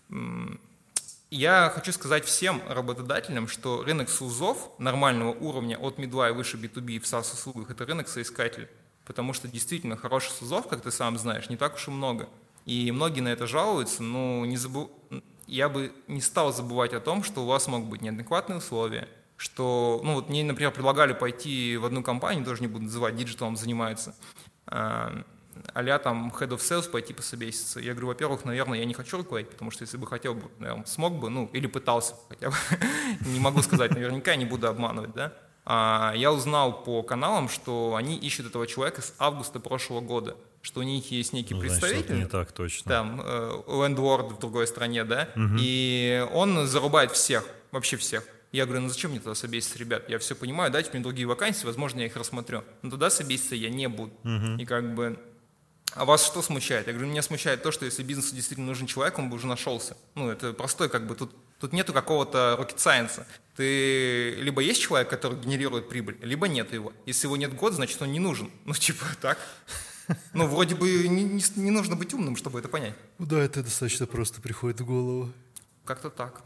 Я хочу сказать всем работодателям, что рынок СУЗов нормального уровня от мидла и выше би ту би в SaaS-услугах – это рынок соискателей. Потому что действительно хороших СУЗов, как ты сам знаешь, не так уж и много. И многие на это жалуются, но не забыв... я бы не стал забывать о том, что у вас могут быть неадекватные условия, что, ну вот мне, например, предлагали пойти в одну компанию, тоже не буду называть, диджиталом занимается, а-ля там Head of Sales пойти пособеситься. Я говорю, во-первых, наверное, я не хочу руководить, потому что если бы хотел бы, наверное, смог бы, ну, или пытался хотя бы, не могу сказать наверняка, не буду обманывать, да. А я узнал по каналам, что они ищут этого человека с августа прошлого года, что у них есть некий ну, представитель, значит, не так точно. Там, лендлорд в другой стране, да, угу. И он зарубает всех, вообще всех. Я говорю, ну зачем мне тогда собеситься, ребят? Я все понимаю, дайте мне другие вакансии, возможно, я их рассмотрю. Но туда собеситься я не буду. Угу. И как бы... А вас что смущает? Я говорю, меня смущает то, что если бизнесу действительно нужен человек, он бы уже нашелся. Ну, это простой, как бы, тут, тут нету какого-то rocket science. Ты либо есть человек, который генерирует прибыль, либо нет его. Если его нет год, значит, он не нужен. Ну, типа, так. Ну, вроде бы не, не, не нужно быть умным, чтобы это понять. Ну да, это достаточно просто приходит в голову. Как-то так.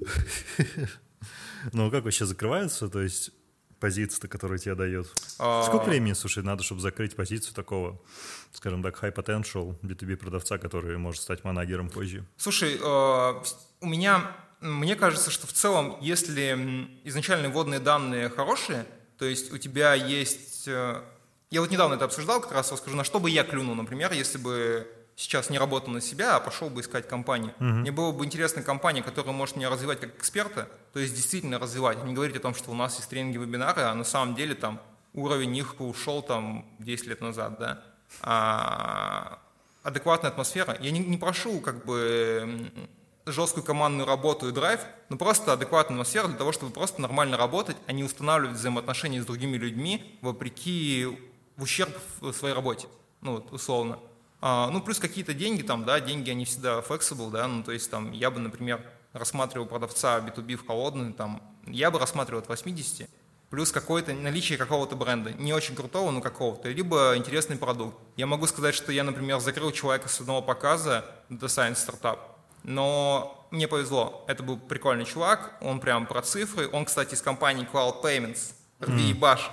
Ну, как вообще закрываются, то есть... позиция, которую тебе дает. А... Сколько времени, слушай, надо, чтобы закрыть позицию такого, скажем так, high potential би ту би продавца, который может стать манагером позже? Слушай, э, у меня, мне кажется, что в целом, если изначально вводные данные хорошие, то есть у тебя есть... Э, я вот недавно это обсуждал, как раз расскажу, на что бы я клюнул, например, если бы сейчас не работал на себя, а пошел бы искать компанию. Uh-huh. Мне было бы интересна компания, которая может меня развивать как эксперта, то есть действительно развивать. Не говорить о том, что у нас есть тренинги, вебинары, а на самом деле там уровень их ушел там десять лет назад, да. А, адекватная атмосфера. Я не, не прошу как бы жесткую командную работу и драйв, но просто адекватная атмосфера для того, чтобы просто нормально работать, а не устанавливать взаимоотношения с другими людьми вопреки в ущерб в своей работе, ну вот условно. А, ну, плюс какие-то деньги там, да, деньги, они всегда flexible, да, ну, то есть там я бы, например, рассматривал продавца би ту би в холодную, там, я бы рассматривал от восьмидесяти, плюс какое-то наличие какого-то бренда, не очень крутого, но какого-то, либо интересный продукт. Я могу сказать, что я, например, закрыл человека с одного показа, Data Science стартап, но мне повезло, это был прикольный чувак, он прям про цифры, он, кстати, из компании Cloud Payments, Рви и Баш.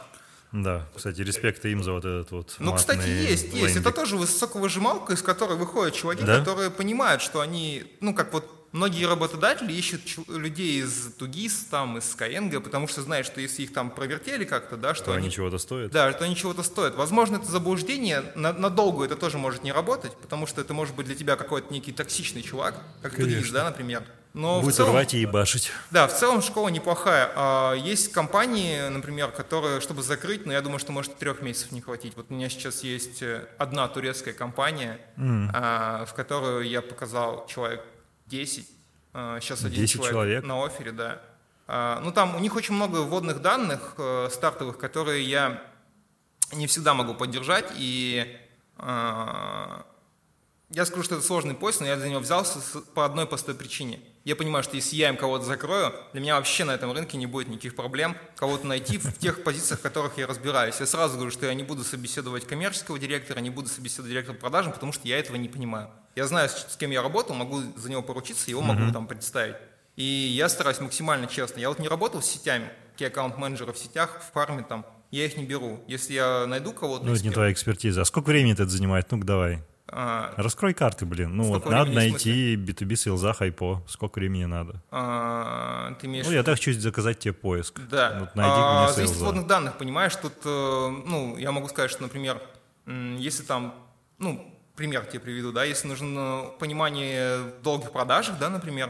Да, кстати, респект им за вот этот вот Ну, кстати, есть, лендинг. есть. Это тоже высоковыжималка, из которой выходят чуваки, да? которые понимают, что они, ну, как вот многие работодатели ищут людей из Тугис, там, из Skyeng, потому что знают, что если их там провертели как-то, да, что то они... они чего-то стоят. Да, что они чего-то стоят. Возможно, это заблуждение, на, надолго это тоже может не работать, потому что это может быть для тебя какой-то некий токсичный чувак, как Тугис, да, например. Но будет в целом, рвать и ебашить. Да, в целом школа неплохая. А, есть компании, например, которые, чтобы закрыть, но я думаю, что может трех месяцев не хватить. Вот у меня сейчас есть одна турецкая компания, mm. а, в которую я показал человек десять. А, сейчас один человек, человек на оффере, да. А, ну там у них очень много вводных данных а, стартовых, которые я не всегда могу поддержать, и а, я скажу, что это сложный поиск, но я за него взялся по одной простой причине. Я понимаю, что если я им кого-то закрою, для меня вообще на этом рынке не будет никаких проблем кого-то найти в тех позициях, в которых я разбираюсь. Я сразу говорю, что я не буду собеседовать коммерческого директора, не буду собеседовать директора продажи, потому что я этого не понимаю. Я знаю, с кем я работал, могу за него поручиться, его могу mm-hmm. там представить. И я стараюсь максимально честно. Я вот не работал с сетями, какие аккаунт-менеджеры в сетях, в фарме там, я их не беру. Если я найду кого-то... Ну, это не твоя экспертиза. А сколько времени это занимает? Ну-ка, давай. А, Раскрой карты, блин. Ну вот надо найти би ту би сейлза, хайпо. Сколько времени надо? А, ты имеешь... Ну я так хочу заказать тебе поиск. Да. Вот найди а, мне зависит сейлза. от вводных данных, понимаешь? Тут, ну, я могу сказать, что, например, если там, ну, пример тебе приведу, да, если нужно понимание в долгих продажах, да, например,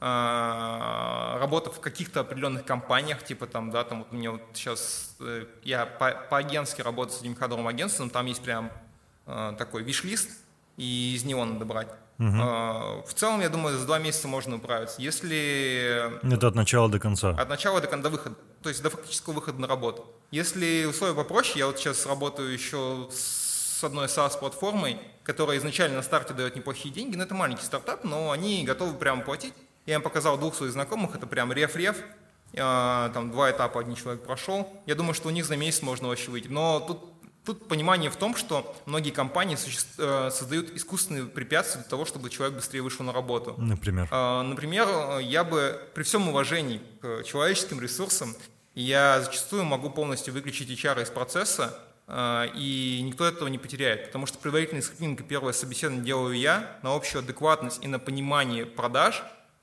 работа в каких-то определенных компаниях, типа там, да, там вот у меня вот сейчас, я по- по-агентски работаю с одним кадровым агентством, там есть прям такой виш-лист, и из него надо брать. Uh-huh. В целом, я думаю, за два месяца можно управиться. Если... Это от начала до конца. От начала до, до выхода, то есть до фактического выхода на работу. Если условия попроще, я вот сейчас работаю еще с одной SaaS-платформой, которая изначально на старте дает неплохие деньги, но это маленький стартап, но они готовы прямо платить. Я им показал двух своих знакомых, это прям реф-реф, там два этапа один человек прошел. Я думаю, что у них за месяц можно вообще выйти. Но тут Тут понимание в том, что многие компании суще... создают искусственные препятствия для того, чтобы человек быстрее вышел на работу. Например? Например, я бы при всем уважении к человеческим ресурсам, я зачастую могу полностью выключить эйч ар из процесса, и никто этого не потеряет, потому что предварительный скрининг и первое собеседование делаю я, на общую адекватность и на понимание продаж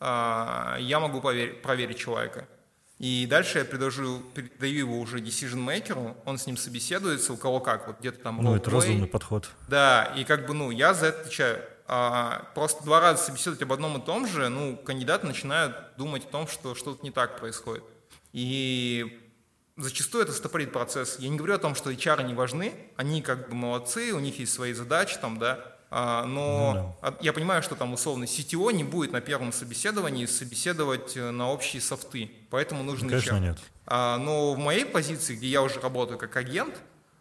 я могу проверить, проверить человека. И дальше я передаю, передаю его уже decision-maker'у, он с ним собеседуется, у кого как, вот где-то там... Ну, это разумный подход. Да, и как бы, ну, я за это отвечаю. А, просто два раза собеседовать об одном и том же, ну, кандидаты начинают думать о том, что что-то не так происходит. И зачастую это стопорит процесс. Я не говорю о том, что эйч ар не важны, они как бы молодцы, у них есть свои задачи там, да, А, но ну, да. я понимаю, что там условно си ти о не будет на первом собеседовании собеседовать на общие софты, поэтому нужен ну, конечно, нет. А, но в моей позиции, где я уже работаю как агент,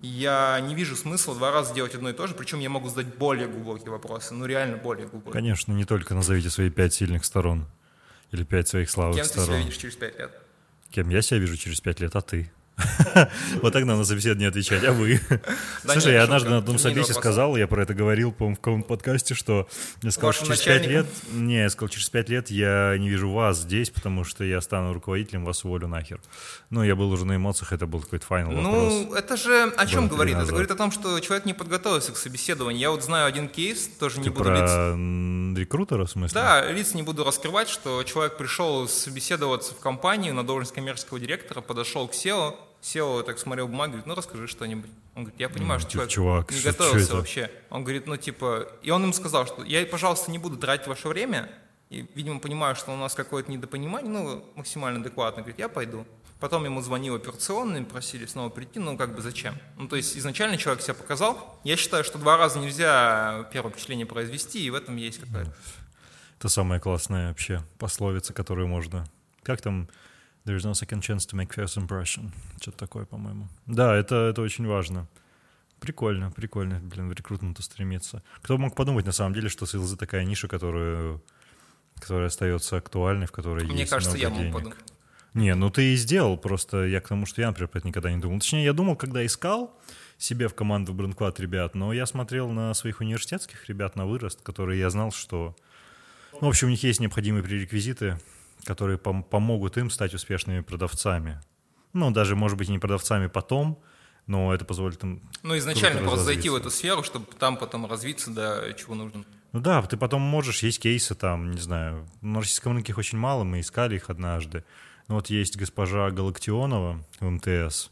я не вижу смысла два раза делать одно и то же, причем я могу задать более глубокие вопросы, ну реально более глубокие. Конечно, не только назовите свои пять сильных сторон или пять своих слабых Кем сторон. Кем ты себя видишь через пять лет? Кем я себя вижу через пять лет, а ты? Вот так надо на собеседование отвечать, а вы? Да Слушай, нет, я шутка. однажды на одном собесе сказал, я про это говорил, по-моему, в каком-то подкасте, что я сказал, что через пять лет, не, я сказал, через пять лет я не вижу вас здесь, потому что я стану руководителем, вас уволю нахер. Ну, я был уже на эмоциях, это был какой-то файнал вопрос. Ну, это же о чем говорит? Это говорит о том, что человек не подготовился к собеседованию. Я вот знаю один кейс, тоже не буду лиц... про рекрутера, в смысле? Да, лиц не буду раскрывать, что человек пришел собеседоваться в компанию на должность коммерческого директора, подошел к сео, сео так смотрел бумагу, говорит, ну расскажи что-нибудь. Он говорит, я понимаю, ну, что человек чувак, не что, готовился что вообще. Он говорит, ну типа, и он им сказал, что я, пожалуйста, не буду тратить ваше время, и, видимо, понимаю, что у нас какое-то недопонимание, ну, максимально адекватно, говорит, я пойду. Потом ему звонил операционный, просили снова прийти, ну, как бы зачем? Ну, то есть изначально человек себя показал. Я считаю, что два раза нельзя первое впечатление произвести, и в этом есть какая-то... Это самая классная вообще пословица, которую можно... Как там... There's no second chance to make first impression. Что-то такое, по-моему. Да, это, это очень важно. Прикольно, прикольно, блин, в рекрутменту стремиться. Кто мог подумать, на самом деле, что сейлзы такая ниша, которая, которая остается актуальной, в которой Мне есть кажется, много я денег. мог подумать. Не, ну ты и сделал, просто я к тому, что я, например, про это никогда не думал. Точнее, я думал, когда искал себе в команду Brandcloud ребят, но я смотрел на своих университетских ребят на вырост, которые я знал, что... Ну, в общем, у них есть необходимые пререквизиты, которые пом- помогут им стать успешными продавцами. Ну, даже, может быть, не продавцами потом, но это позволит им... Ну, изначально просто зайти в эту сферу, чтобы там потом развиться до чего нужно. Ну да, ты потом можешь, есть кейсы там, не знаю, на российском рынке их очень мало, мы искали их однажды. Ну вот есть госпожа Галактионова в эм тэ эс,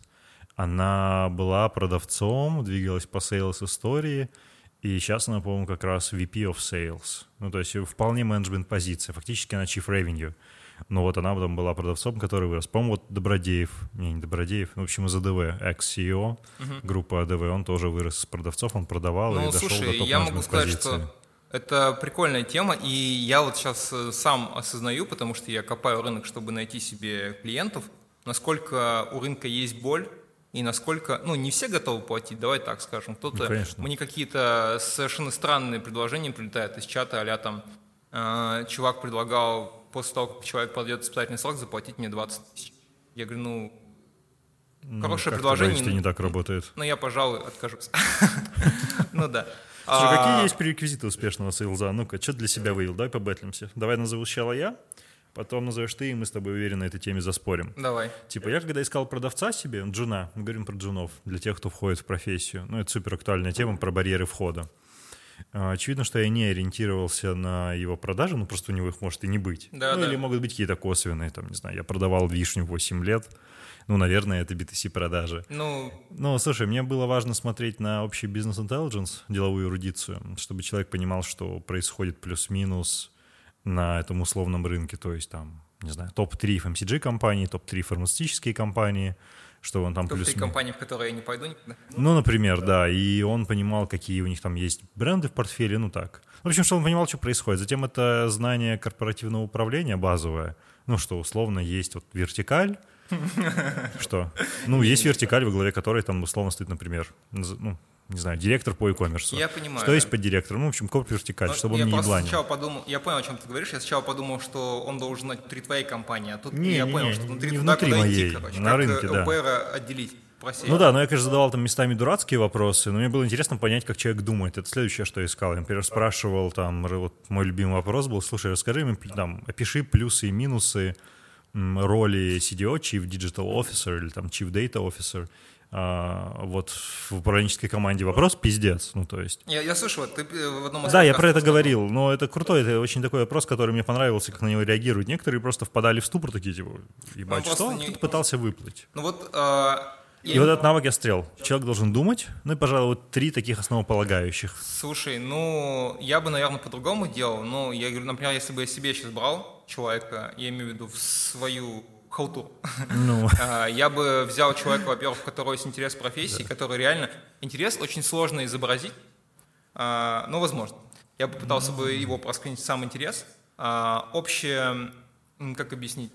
она была продавцом, двигалась по сейлс-истории, и сейчас она, по-моему, как раз ви пи of Sales. Ну то есть вполне менеджмент-позиция, фактически она Chief Revenue. Но вот она потом была продавцом, который вырос. По-моему, вот Добродеев, не, не Добродеев, ну, в общем, из а дэ вэ, экс-си и о, угу. группа а дэ вэ, он тоже вырос из продавцов, он продавал ну, и дошел слушай, до топ-менеджмент-позиции. Я могу сказать, что это прикольная тема, и я вот сейчас сам осознаю, потому что я копаю рынок, чтобы найти себе клиентов, насколько у рынка есть боль, и насколько, ну, не все готовы платить, давай так скажем. Кто-то, ну, мне какие-то совершенно странные предложения прилетают из чата, а-ля там, э, чувак предлагал после того, как человек подойдет испытательный срок, заплатить мне двадцать тысяч. Я говорю, ну, ну хорошее предложение. Это не так работает. Но я, пожалуй, откажусь. Ну да. Слушай, какие есть пререквизиты успешного сейлза? Ну-ка, что для себя вывел? Давай побэтлимся. Давай назову сначала я, потом назовешь ты, и мы с тобой уверенно на этой теме заспорим. Давай. Типа, я когда искал продавца себе, джуна, мы говорим про джунов, для тех, кто входит в профессию. Ну, это супер актуальная тема про барьеры входа. Очевидно, что я не ориентировался на его продажи, ну, просто у него их может и не быть. Да, ну, да. или могут быть какие-то косвенные, там, не знаю, я продавал вишню восемь лет, ну, наверное, это би ту си продажи. Ну, ну, слушай, мне было важно смотреть на общий бизнес-интеллигенс, деловую эрудицию, чтобы человек понимал, что происходит плюс-минус на этом условном рынке, то есть там, не знаю, топ три эф эм си джи компании, топ три фармацевтические компании, что он там топ три плюс... компании, в которые я не пойду никогда. Ну, например, да, и он понимал, какие у них там есть бренды в портфеле, ну так. В общем, что он понимал, что происходит. Затем это знание корпоративного управления базовое, ну, что условно есть вот вертикаль, что? Ну, есть вертикаль, во главе которой там условно стоит, например, ну, не знаю, директор по e-commerce. Я понимаю. Что есть под директором? Ну, в общем, корп-вертикаль, чтобы он не ебланил. Сначала подумал, я понял, о чем ты говоришь, я сначала подумал, что он должен знать внутри твоей компании, а тут не, я не, понял, не, что внутри не туда, внутри куда моей, идти, короче, на как рынке, да. эл пэ эр отделить. Просеять. Ну да, но я, конечно, задавал там местами дурацкие вопросы, но мне было интересно понять, как человек думает. Это следующее, что я искал. Я, например, спрашивал, там, вот мой любимый вопрос был, слушай, расскажи мне, там, опиши плюсы и минусы роли си ди о, Chief Digital Officer или там Chief Data Officer, а, вот в управленческой команде. Вопрос пиздец, ну то есть. Я, я слышал, ты в одном из Да, я про это говорил, но это крутой, это очень такой вопрос, который мне понравился, как на него реагируют. Некоторые просто впадали в ступор, такие типа, ебать, ну, что? Не... Кто-то пытался выплыть. Ну вот... А... И я... вот этот навык я стрел. Человек должен думать, ну и, пожалуй, вот три таких основополагающих. Слушай, ну, я бы, наверное, по-другому делал. Ну, я говорю, например, если бы я себе сейчас брал человека, я имею в виду в свою халтуру, ну. я бы взял человека, во-первых, у которого есть интерес к профессии, да. который реально... Интерес очень сложно изобразить, но возможно. Я бы пытался бы его проскринить сам интерес. Общее, как объяснить...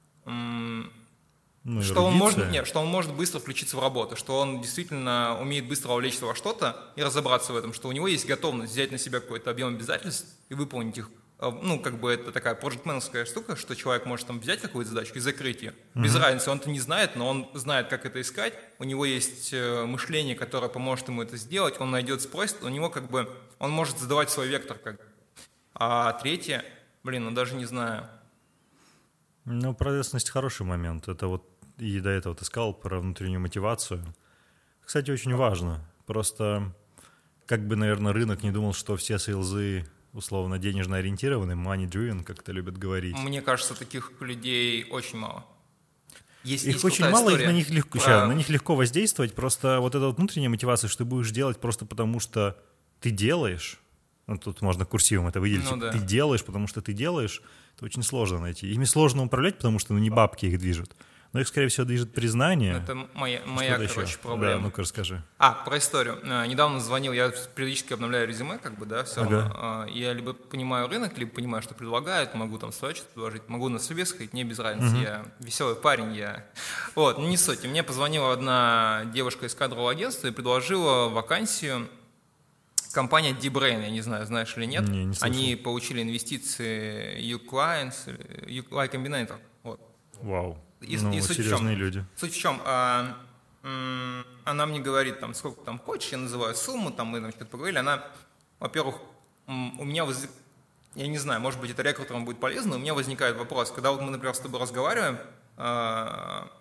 Ну, что, он может, нет, что он может быстро включиться в работу, что он действительно умеет быстро вовлечься во что-то и разобраться в этом, что у него есть готовность взять на себя какой-то объем обязательств и выполнить их. Ну, как бы это такая проект-менеджерская штука, что человек может там взять какую-то задачку и закрыть ее. Mm-hmm. Без разницы, он-то не знает, но он знает, как это искать. У него есть мышление, которое поможет ему это сделать. Он найдет, спросит, у него как бы, он может задавать свой вектор. Как. А третье, блин, ну даже не знаю. Ну, про ответственность хороший момент. Это вот и до этого ты сказал про внутреннюю мотивацию. Кстати, очень важно. Просто как бы, наверное, рынок не думал, что все сейлзы условно денежно ориентированы, money-driven, как это любят говорить. Мне кажется, таких людей очень мало. Есть, их есть очень мало, их на них легко, про... сейчас, на них легко воздействовать. Просто вот эта вот внутренняя мотивация, что ты будешь делать просто потому, что ты делаешь. Ну, тут можно курсивом это выделить. Ну, да. Ты делаешь, потому что ты делаешь. Это очень сложно найти. Ими сложно управлять, потому что ну, не бабки их движут. Но их, скорее всего, движет признание. Это моя, моя короче, еще? проблема. Да, ну-ка расскажи. А, про историю. Недавно звонил, я периодически обновляю резюме, как бы, да, все равно. Ага. Я либо понимаю рынок, либо понимаю, что предлагают, могу там свое что-то предложить, могу на себе сходить, мне без разницы. Угу. Я веселый парень, я... Вот, не суть. Мне позвонила одна девушка из кадрового агентства и предложила вакансию. Компания D-Brain, я не знаю, знаешь или нет. Не, не слышал. Они получили инвестиции U-Clients, Y Combinator. Вот. Вау. И, ну, и суть серьезные в чем? люди. Суть в чем? А, м, она мне говорит, там, сколько там хочешь, я называю сумму, там, мы там что-то поговорили. Она, во-первых, м, у меня возник... Я не знаю, может быть, это рекрутерам будет полезно, у меня возникает вопрос, когда вот мы, например, с тобой разговариваем, а,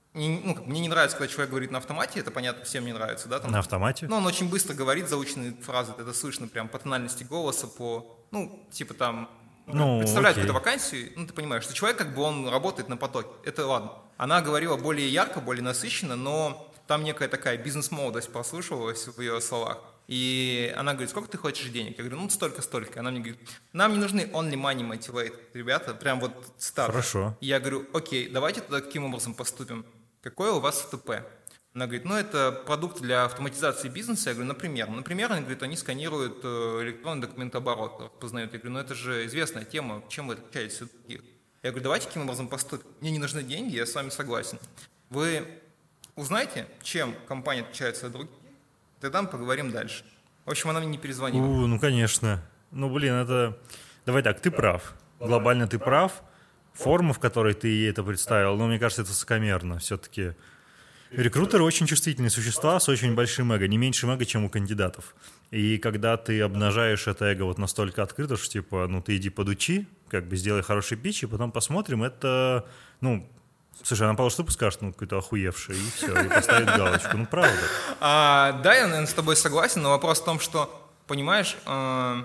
Не, ну, мне не нравится, когда человек говорит на автомате, это понятно, всем не нравится, да? Там, на автомате? Ну, он очень быстро говорит заученные фразы, это слышно прям по тональности голоса, по, ну, типа там, ну, представляет окей. какую-то вакансию, ну, ты понимаешь, что человек как бы он работает на потоке, это ладно. Она говорила более ярко, более насыщенно, но там некая такая бизнес-молодость послышалась в ее словах. И она говорит, сколько ты хочешь денег? Я говорю, ну, столько-столько. Она мне говорит, нам не нужны only money motivate, ребята, прям вот статус. Хорошо. Я говорю, окей, давайте тогда каким образом поступим? Какое у вас ФТП? Она говорит, ну, это продукт для автоматизации бизнеса. Я говорю, например. Например, она говорит, они сканируют электронный документооборот, познают. Я говорю, ну, это же известная тема, чем вы отличаетесь от других? Я говорю, давайте каким образом поступим? Мне не нужны деньги, я с вами согласен. Вы узнаете, чем компания отличается от других, тогда мы поговорим дальше. В общем, она мне не перезвонила. У, ну, конечно. Ну, блин, это... Давай так, ты прав. Глобально ты прав. Форма, в которой ты ей это представил, ну, мне кажется, это высокомерно. Все-таки рекрутеры очень чувствительные существа с очень большим эго, не меньше эго, чем у кандидатов. И когда ты обнажаешь это эго вот настолько открыто, что типа, ну, ты иди подучи, как бы сделай хороший питч, и потом посмотрим, это, ну... Слушай, она пару штук скажет, ну, какой-то охуевший, и все, и поставит галочку. Ну, правда. А, да, я, наверное, с тобой согласен, но вопрос в том, что, понимаешь, э,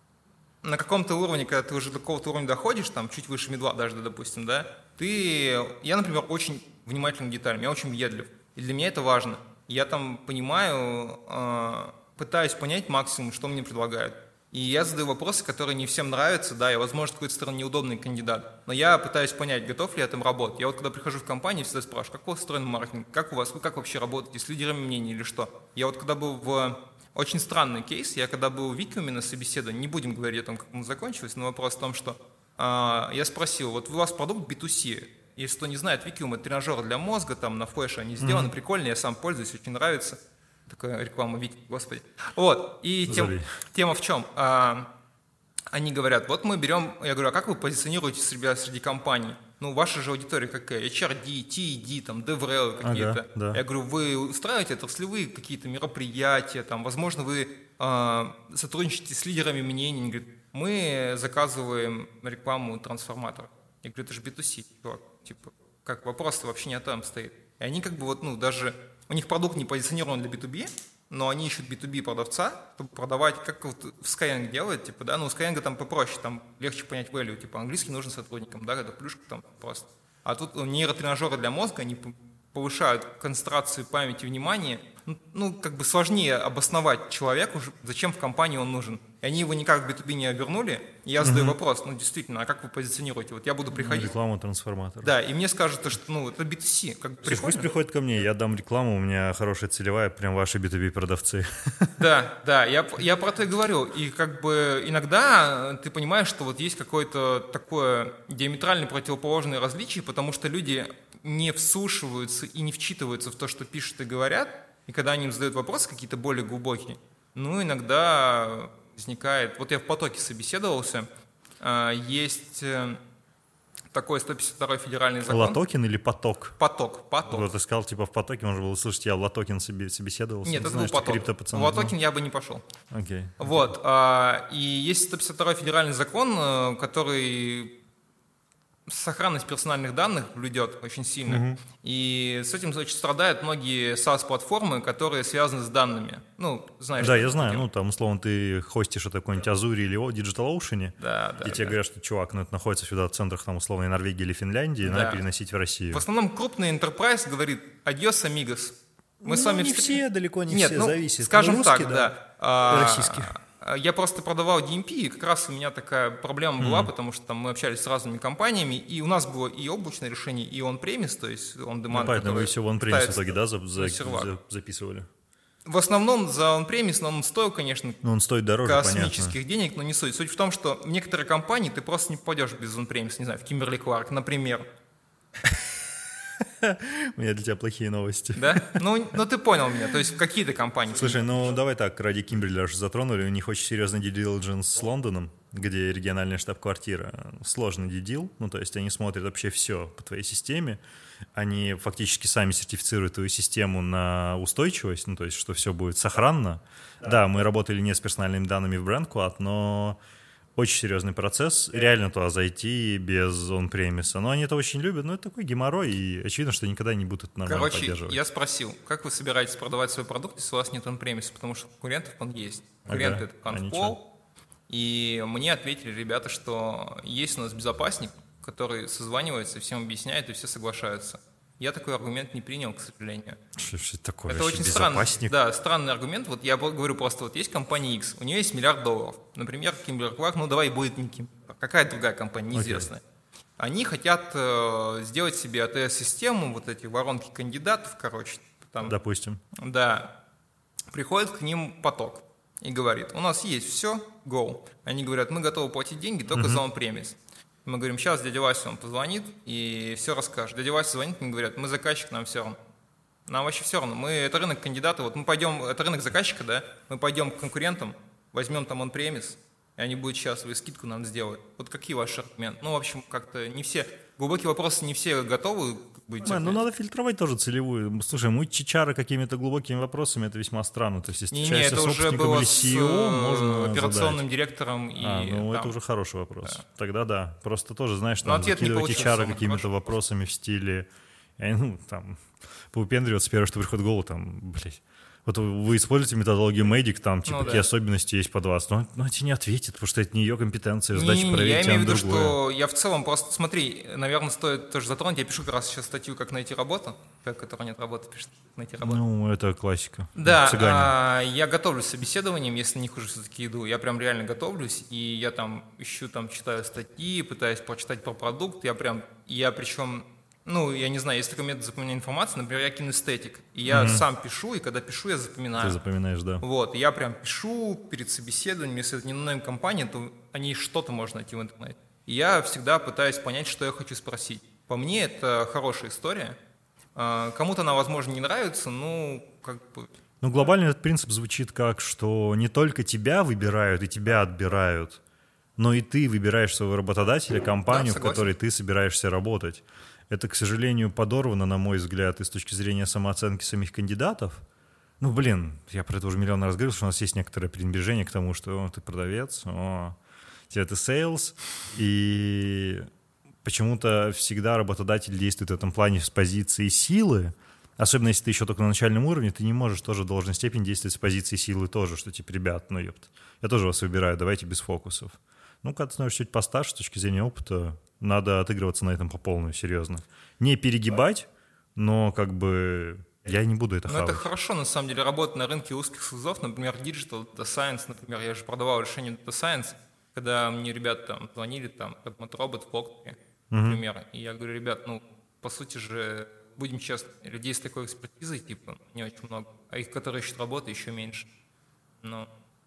на каком-то уровне, когда ты уже до какого-то уровня доходишь, там, чуть выше медла даже, допустим, да, ты... Я, например, очень внимательный к деталям, я очень въедлив, и для меня это важно. Я там понимаю, э, пытаюсь понять максимум, что мне предлагают. И я задаю вопросы, которые не всем нравятся, да, я, возможно, с какой-то стороны неудобный кандидат, но я пытаюсь понять, готов ли я там работать. Я вот когда прихожу в компанию, всегда спрашиваю, как у вас устроен маркетинг, как у вас, вы как вообще работаете, с лидерами мнений или что. Я вот когда был в... Очень странный кейс, я когда был в Викиуме на собеседовании, не будем говорить о том, как оно закончилось, но вопрос в том, что э, я спросил, вот у вас продукт би ту си, если кто не знает, Викиум — это тренажер для мозга, там на флеше они сделаны, mm-hmm. прикольно, я сам пользуюсь, очень нравится. Такая реклама Вики, господи. Вот, и тем, тема в чем? А, они говорят, вот мы берем, я говорю, а как вы позиционируете себя среди компаний? Ну, ваша же аудитория какая? эйч ар ди, ти и ди, там, DevRel какие-то. Ага, да. Я говорю, вы устраиваете отраслевые какие-то мероприятия, там, возможно, вы а, сотрудничаете с лидерами мнений. Они говорят, мы заказываем рекламу трансформатора. Я говорю, это же би ту си, чувак. Типа, как вопрос-то вообще не о том стоит. И они как бы вот, ну, даже... У них продукт не позиционирован для би ту би, но они ищут би ту би продавца, чтобы продавать, как вот в Skyeng делает, типа, да, ну, у Skyeng там попроще, там легче понять value, типа, английский нужен сотрудникам, да, это плюшка там просто. А тут нейротренажеры для мозга, они повышают концентрацию памяти, внимания, ну, ну, как бы сложнее обосновать человеку, зачем в компании он нужен. И они его никак в би ту би не обернули. И я задаю угу. вопрос, ну, действительно, а как вы позиционируете? Вот я буду приходить... Рекламу трансформатора. Да, и мне скажут, что, ну, это би ту си. Как бы пусть приходит ко мне, я дам рекламу, у меня хорошая целевая, прям ваши би ту би продавцы. Да, да, я, я про это и говорю. И как бы иногда ты понимаешь, что вот есть какое-то такое диаметрально противоположное различие, потому что люди не вслушиваются и не вчитываются в то, что пишут и говорят, и когда они им задают вопросы какие-то более глубокие, ну, иногда возникает... Вот я в потоке собеседовался, есть такой сто пятьдесят второй федеральный закон. Латокин или поток? Поток, поток. Вот ты сказал, типа, в потоке можно было услышать, я в Латокин собеседовался. Нет, это знаешь, был поток. В Латокин я бы не пошел. Окей. Вот, и есть сто пятьдесят второй федеральный закон, который... сохранность персональных данных блюдет очень сильно. Угу. И с этим очень страдают многие SaaS-платформы, которые связаны с данными. Ну, знаешь. Да, я знаю. Ну, там, условно, ты хостишь это какой-нибудь Азуре или DigitalOcean, да, да, и тебе да. говорят, что, чувак, ну, это находится всегда в центрах, там, условно, Норвегии или Финляндии, да. Надо переносить в Россию. В основном крупный enterprise говорит «Adios, amigos». Мы ну, с вами не встр... все, далеко не Нет, все, ну, зависит. Скажем ну, русский, так, да. да. Российский. Я просто продавал ди эм пи, и как раз у меня такая проблема была, mm-hmm. потому что там мы общались с разными компаниями, и у нас было и облачное решение, и on-premise, то есть on-demand. Ну, поэтому вы все в on-premise в итоге, да, за, за, за, записывали? В основном за on-premise, но он стоил, конечно, но он стоит дороже, космических понятно. денег, но не суть. Суть в том, что в некоторые компании ты просто не попадешь без on-premise, не знаю, в Kimberly-Clark, например. У меня для тебя плохие новости. Да? Ну, ну ты понял меня, то есть в какие-то компании. Слушай, ну давай так, ради Кимберли аж затронули, у них очень серьезный due diligence с Лондоном, где региональная штаб-квартира. Сложный due deal, ну то есть они смотрят вообще все по твоей системе, они фактически сами сертифицируют твою систему на устойчивость, ну то есть что все будет сохранно. Да, да мы работали не с персональными данными в BrandQuad, но очень серьезный процесс, реально туда зайти без он-премиса. Но они это очень любят, но это такой геморрой, и очевидно, что никогда не будут это нормально Короче, поддерживать. я спросил, как вы собираетесь продавать свой продукт, если у вас нет он-премиса, потому что конкурентов он есть. Конкуренты Ага, это они Conf.Pol, и мне ответили ребята, что есть у нас безопасник, который созванивается, всем объясняет, и все соглашаются. Я такой аргумент не принял, к сожалению. Что, что это такое? Это очень странный, да, странный аргумент. Вот я говорю просто, вот есть компания X, у нее есть миллиард долларов. Например, Kimberly-Clark, ну давай будет не Kim, какая другая компания, неизвестная. Okay. Они хотят э, сделать себе эй ти эс-систему, вот эти воронки кандидатов, короче. Там, допустим. Да. Приходит к ним поток и говорит, у нас есть все, go. Они говорят, мы готовы платить деньги только uh-huh. за он-премис. Мы говорим, сейчас дядя Вася, он позвонит и все расскажет. Дядя Вася звонит, мне говорят, мы заказчик, нам все равно. Нам вообще все равно. Мы, это рынок кандидата, вот мы пойдем, это рынок заказчика, да, мы пойдем к конкурентам, возьмем там он-премис, и они будут счастливы, скидку нам сделать. Вот какие ваши аргументы? Ну, в общем, как-то не все, глубокие вопросы не все готовы быть. Man, ну, надо фильтровать тоже целевую. Слушай, мы чичара какими-то глубокими вопросами, это весьма странно. То есть, если не, не, это уже было с си и о, можно операционным задать. директором. И а, ну, там. Это уже хороший вопрос. Да. Тогда да. Просто тоже, знаешь, там закидывать чичара какими-то вопросами в стиле, ну, там, поупендриваться первое, что приходит в голову, там, блядь. Вот вы используете методологию Medic, там, типа, ну, какие да. особенности есть под вас, но, но тебе не ответит, потому что это не ее компетенция, задача не, проверить, я имею в виду, другое. что я в целом просто, смотри, наверное, стоит тоже затронуть, я пишу как раз сейчас статью «Как найти работу», человек, который нет работы, пишет «Найти работу». Ну, это классика. Да, а, я готовлюсь к собеседованиям, если на них уже все-таки иду, я прям реально готовлюсь, и я там ищу, там, читаю статьи, пытаюсь прочитать про продукт, я прям, я причем... Ну, я не знаю, есть такой метод запоминания информации, например, я кинестетик, и я mm-hmm. сам пишу, и когда пишу, я запоминаю. Ты запоминаешь, да. Вот, я прям пишу перед собеседованием, если это не на компания, то о ней что-то можно найти в интернете. И я всегда пытаюсь понять, что я хочу спросить. По мне, это хорошая история. Кому-то она, возможно, не нравится, ну, как бы... Ну, глобально этот принцип звучит как, что не только тебя выбирают и тебя отбирают, но и ты выбираешь своего работодателя, компанию, да, в которой ты собираешься работать. Это, к сожалению, подорвано, на мой взгляд, и с точки зрения самооценки самих кандидатов. Ну, блин, я про это уже миллион раз говорил, что у нас есть некоторое пренебрежение к тому, что о, ты продавец, о, тебе ты сейлс, и почему-то всегда работодатель действует в этом плане с позиции силы, особенно если ты еще только на начальном уровне, ты не можешь тоже в должной степени действовать с позиции силы тоже, что типа, ребят, ну, ёпт, я тоже вас выбираю, давайте без фокусов. Ну, когда ты становишься чуть постарше, с точки зрения опыта, надо отыгрываться на этом по полную, серьезно. Не перегибать, но как бы я не буду это хавать. Ну, это хорошо, на самом деле, работать на рынке узких слезов, например, Digital Data Science, например, я же продавал решение Data Science, когда мне ребята там звонили, там, как Робот в Procter, например, uh-huh. и я говорю, ребят, ну, по сути же, будем честны, людей с такой экспертизой, типа, не очень много, а их, которые ищут работу, еще меньше. Но...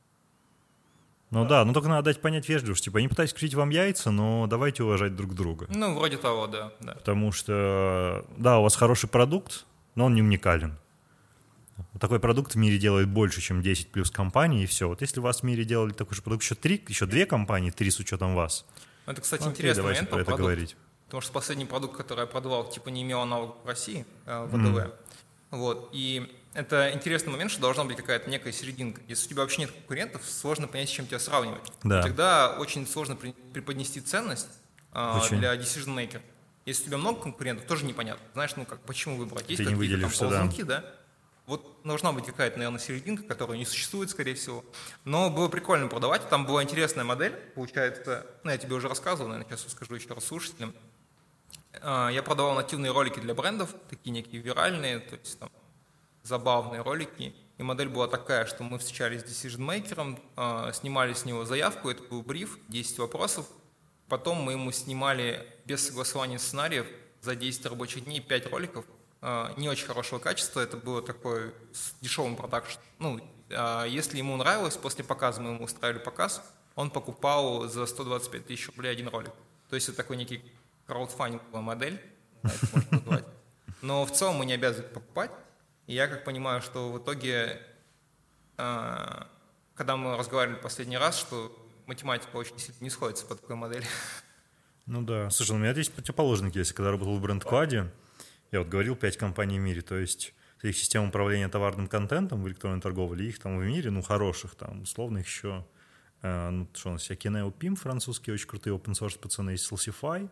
Ну да. да, но только надо дать понять вежливо, что типа не пытайтесь крутить вам яйца, но давайте уважать друг друга. Ну, вроде того, да, да. Потому что, да, у вас хороший продукт, но он не уникален. Такой продукт в мире делает больше, чем десять плюс компаний, и все. Вот если у вас в мире делали такой же продукт еще три, еще две компании, три с учетом вас. Это, кстати, ну, интересный окей, момент про это говорить. Потому что последний продукт, который я продавал, типа не имел аналогов в России, э, вэ дэ вэ. Mm. Вот, и это интересный момент, что должна быть какая-то некая серединка. Если у тебя вообще нет конкурентов, сложно понять, с чем тебя сравнивать. Да. И тогда очень сложно при, преподнести ценность э, для decision maker. Если у тебя много конкурентов, тоже непонятно. Знаешь, ну как, почему выбрать? Есть Ты не какие-то там ползунки, да. да? Вот должна быть какая-то, наверное, серединка, которая не существует, скорее всего. Но было прикольно продавать. Там была интересная модель, получается, ну, я тебе уже рассказывал, наверное, сейчас расскажу еще раз слушателям. Я продавал нативные ролики для брендов, такие некие виральные, то есть там забавные ролики. И модель была такая, что мы встречались с decision-мейкером, снимали с него заявку, это был бриф, десять вопросов. Потом мы ему снимали без согласования сценариев за десять рабочих дней пять роликов. Не очень хорошего качества, это было такое с дешевым продакшн. Ну, если ему нравилось, после показа мы ему устраивали показ, он покупал за сто двадцать пять тысяч рублей один ролик. То есть это такой некий краудфандинговая модель, это можно назвать. Но в целом мы не обязаны покупать. И я как понимаю, что в итоге, когда мы разговаривали последний раз, что математика очень сильно не сходится по такой модели. Ну да. Слушай, у меня есть противоположный кейс. Когда работал в BrandQuad, я вот говорил, пять компаний в мире, то есть их система управления товарным контентом в электронной торговле, их там в мире, ну, хороших, там, условно, их еще ну, что у нас, Кинео Пим, французские, очень крутые open source пацаны, есть Salsify.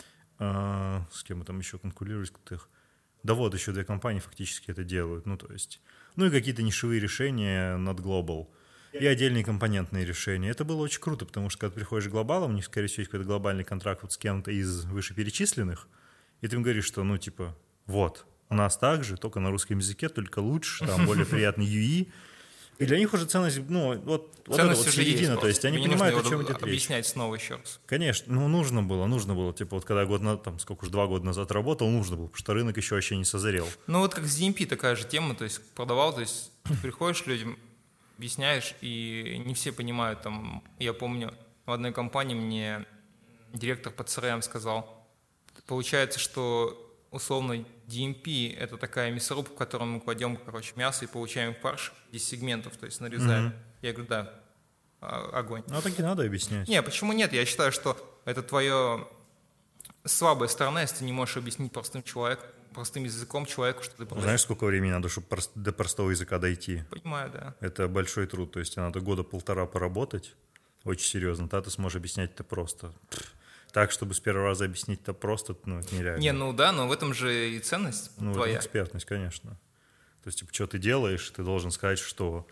С кем мы там еще конкурируем? Да вот, еще две компании фактически это делают. Ну, то есть, ну и какие-то нишевые решения над Global. И отдельные компонентные решения. Это было очень круто, потому что когда ты приходишь к глобалам, у них, скорее всего, есть какой-то глобальный контракт вот с кем-то из вышеперечисленных, и ты им говоришь, что, ну, типа, вот, у нас так же, только на русском языке, только лучше, там более приятный ю и. И для них уже ценность, ну, вот, вот это вот середина, есть, то есть они понимают, о чем идет речь. Объяснять снова еще раз. Конечно, ну, нужно было, нужно было, типа, вот когда год назад, там, сколько уж, два года назад работал, нужно было, потому что рынок еще вообще не созрел. Ну, вот как с ди эм пи такая же тема, то есть продавал, то есть приходишь людям, объясняешь, и не все понимают, там, я помню, в одной компании мне директор по си эр эм сказал, получается, что условно ди эм пи — это такая мясорубка, в которую мы кладем, короче, мясо и получаем фарш из сегментов, то есть нарезаем. Mm-hmm. Я говорю, да, огонь. Ну, так и надо объяснять. Не, почему нет? Я считаю, что это твоя слабая сторона, если ты не можешь объяснить простым человеку, простым языком человеку, что ты продаешь. Знаешь, сколько времени надо, чтобы до простого языка дойти? Понимаю, да. Это большой труд, то есть тебе надо года полтора поработать, очень серьезно, тогда ты сможешь объяснять это просто. Так, чтобы с первого раза объяснить это просто, ну, это нереально. Не, ну да, но в этом же и ценность ну, твоя. Ну, экспертность, конечно. То есть, типа, что ты делаешь, ты должен сказать, что,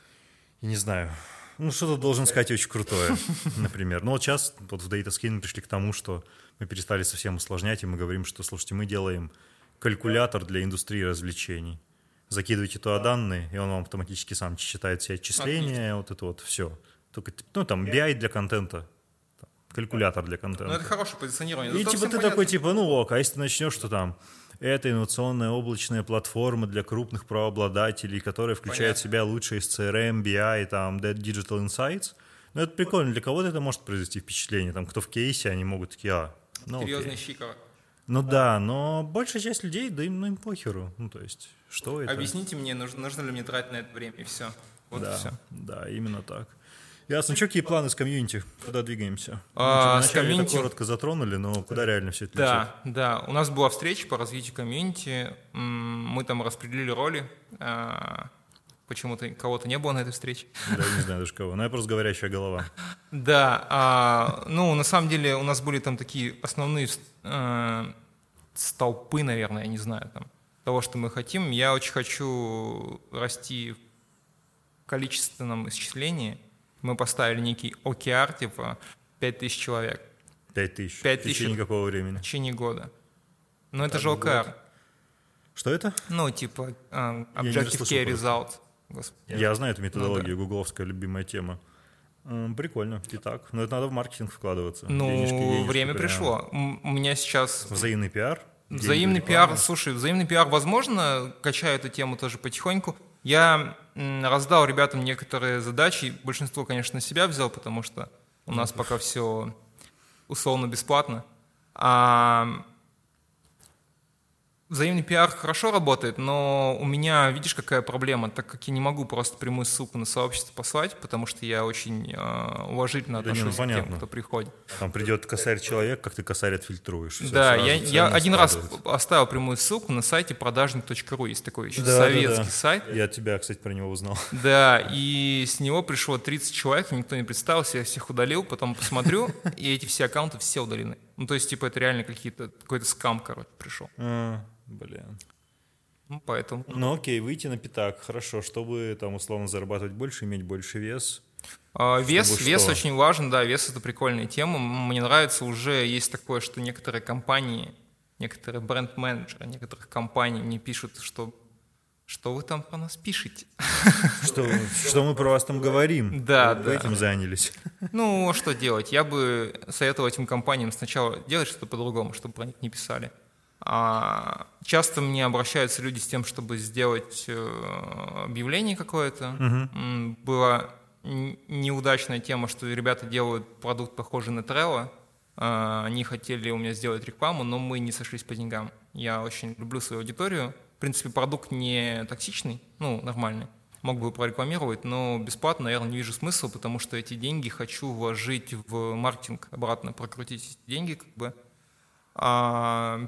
я не знаю, ну, что ты должен сказать очень крутое, например. Ну, вот сейчас вот в DataSkin мы пришли к тому, что мы перестали совсем усложнять, и мы говорим, что, слушайте, мы делаем калькулятор для индустрии развлечений. Закидываете туда данные, и он вам автоматически сам считает все отчисления, вот это вот все. Только, ну, там, би ай для контента. Калькулятор для контента. Ну, это хорошее позиционирование. И типа ты понятно. Такой, типа, ну ок, а если ты начнешь, что там, это инновационная облачная платформа для крупных правообладателей, которая включает понятно. В себя лучшие из си эр эм, би ай, там, Digital Insights, ну, это прикольно. Для кого-то это может произвести впечатление. Там, кто в кейсе, они могут такие, а, ну серьезный щикова. Ну да, но большая часть людей, да им, ну, им похеру. Ну, то есть, что это? Объясните мне, нужно, нужно ли мне тратить на это время, и все. Вот да, и все. Да, именно так. Ясно. Что, какие планы с комьюнити? Куда двигаемся? А, ну, с комьюнити... это коротко затронули, но куда реально все это да, летит? Да, да. У нас была встреча по развитию комьюнити. Мы там распределили роли. Почему-то кого-то не было на этой встрече. Да, не знаю даже кого. Но я просто говорящая голова. Да. А, ну, на самом деле у нас были там такие основные э, столпы, наверное, я не знаю, там, того, что мы хотим. Я очень хочу расти в количественном исчислении. Мы поставили некий о кей ар, типа пять тысяч человек. пять тысяч? пять тысяч в течение какого времени? В течение года. Но это, это же о кей ар. Год. Что это? Ну, типа uh, Objective Key Result. Господи. Я знаю эту методологию, ну, да. Гугловская любимая тема. М, прикольно, и так. Но это надо в маркетинг вкладываться. Ну, денежки, денежки, время прям. пришло. У меня сейчас... Взаимный пиар? Взаимный пиар, слушай, взаимный пиар, возможно, качаю эту тему тоже потихоньку. Я раздал ребятам некоторые задачи, большинство, конечно, на себя взял, потому что у нас пока все условно бесплатно. А взаимный пиар хорошо работает, но у меня, видишь, какая проблема, так как я не могу просто прямую ссылку на сообщество послать, потому что я очень э, уважительно да отношусь не, ну, к тем, кто приходит. Там придет косарь человек, как ты косарь отфильтруешь. Все, да, сразу, я, я один раз оставил прямую ссылку на сайте продажник точка ру, есть такой еще да, советский да, да. сайт. Я тебя, кстати, про него узнал. Да, и с него пришло тридцать человек, никто не представился, я всех удалил, потом посмотрю, и эти все аккаунты все удалены. Ну, то есть, типа, это реально какие-то, какой-то скам, короче, пришел. Блин. Ну, поэтому. Ну, окей, выйти на пятак, хорошо, чтобы там условно зарабатывать больше, иметь больше вес. А, вес, вес очень важен, да, вес — это прикольная тема. Мне нравится, уже есть такое, что некоторые компании, некоторые бренд-менеджеры некоторых компаний мне пишут, что что вы там про нас пишете? Что, что мы про вас там говорим? Да, вы да. этим занялись. Ну, что делать? Я бы советовал этим компаниям сначала делать что-то по-другому, чтобы про них не писали. А часто мне обращаются люди с тем, чтобы сделать объявление какое-то. Uh-huh. Была неудачная тема, что ребята делают продукт, похожий на Trello. Они хотели у меня сделать рекламу, но мы не сошлись по деньгам. Я очень люблю свою аудиторию. В принципе, продукт не токсичный, ну, нормальный. Мог бы прорекламировать, но бесплатно, наверное, не вижу смысла, потому что эти деньги хочу вложить в маркетинг, обратно прокрутить эти деньги, как бы. А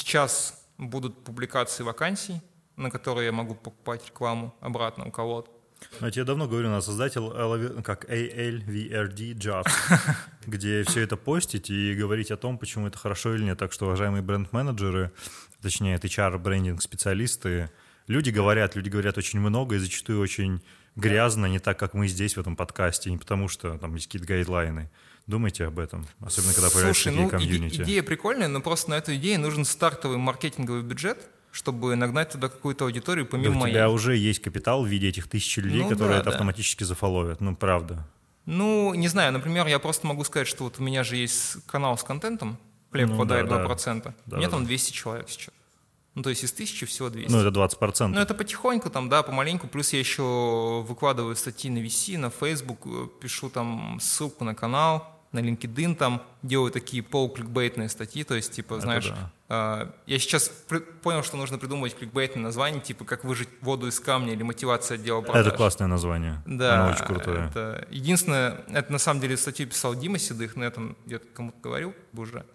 сейчас будут публикации вакансий, на которые я могу покупать рекламу обратно у кого-то. Ну, я тебе давно говорю, на создатель как эй эл ви ар ди Jobs, где все это постить и говорить о том, почему это хорошо или нет. Так что, уважаемые бренд-менеджеры, точнее, эйч ар-брендинг-специалисты, люди говорят, люди говорят очень много и зачастую очень грязно, не так, как мы здесь в этом подкасте, не потому что там есть какие-то гайдлайны. Думайте об этом, особенно когда появляются Слушай, такие ну, комьюнити. Иде- идея прикольная, но просто на эту идею нужен стартовый маркетинговый бюджет, чтобы нагнать туда какую-то аудиторию помимо Да у моей. тебя уже есть капитал в виде этих тысячи людей, Ну, которые да, это да. автоматически зафоловят. Ну, правда. Ну, не знаю, например, я просто могу сказать, что вот у меня же есть канал с контентом, хлеб Ну, попадает да, два процента. да. У меня Да, там да. двести человек сейчас. Ну, то есть из тысячи всего двести. Ну, это двадцать процентов. Ну, это потихоньку там, да, помаленьку. Плюс я еще выкладываю статьи на ви си, на Facebook, пишу там ссылку на канал, на LinkedIn там, делаю такие полукликбейтные статьи, то есть, типа, Это знаешь, да. э, я сейчас при- понял, что нужно придумывать кликбейтные названия, типа, как выжать воду из камня или мотивация отдела продаж. Это классное название. Да, Оно очень крутое. это единственное, это на самом деле статью писал Дима Седых, но я там где-то кому-то говорил бы уже.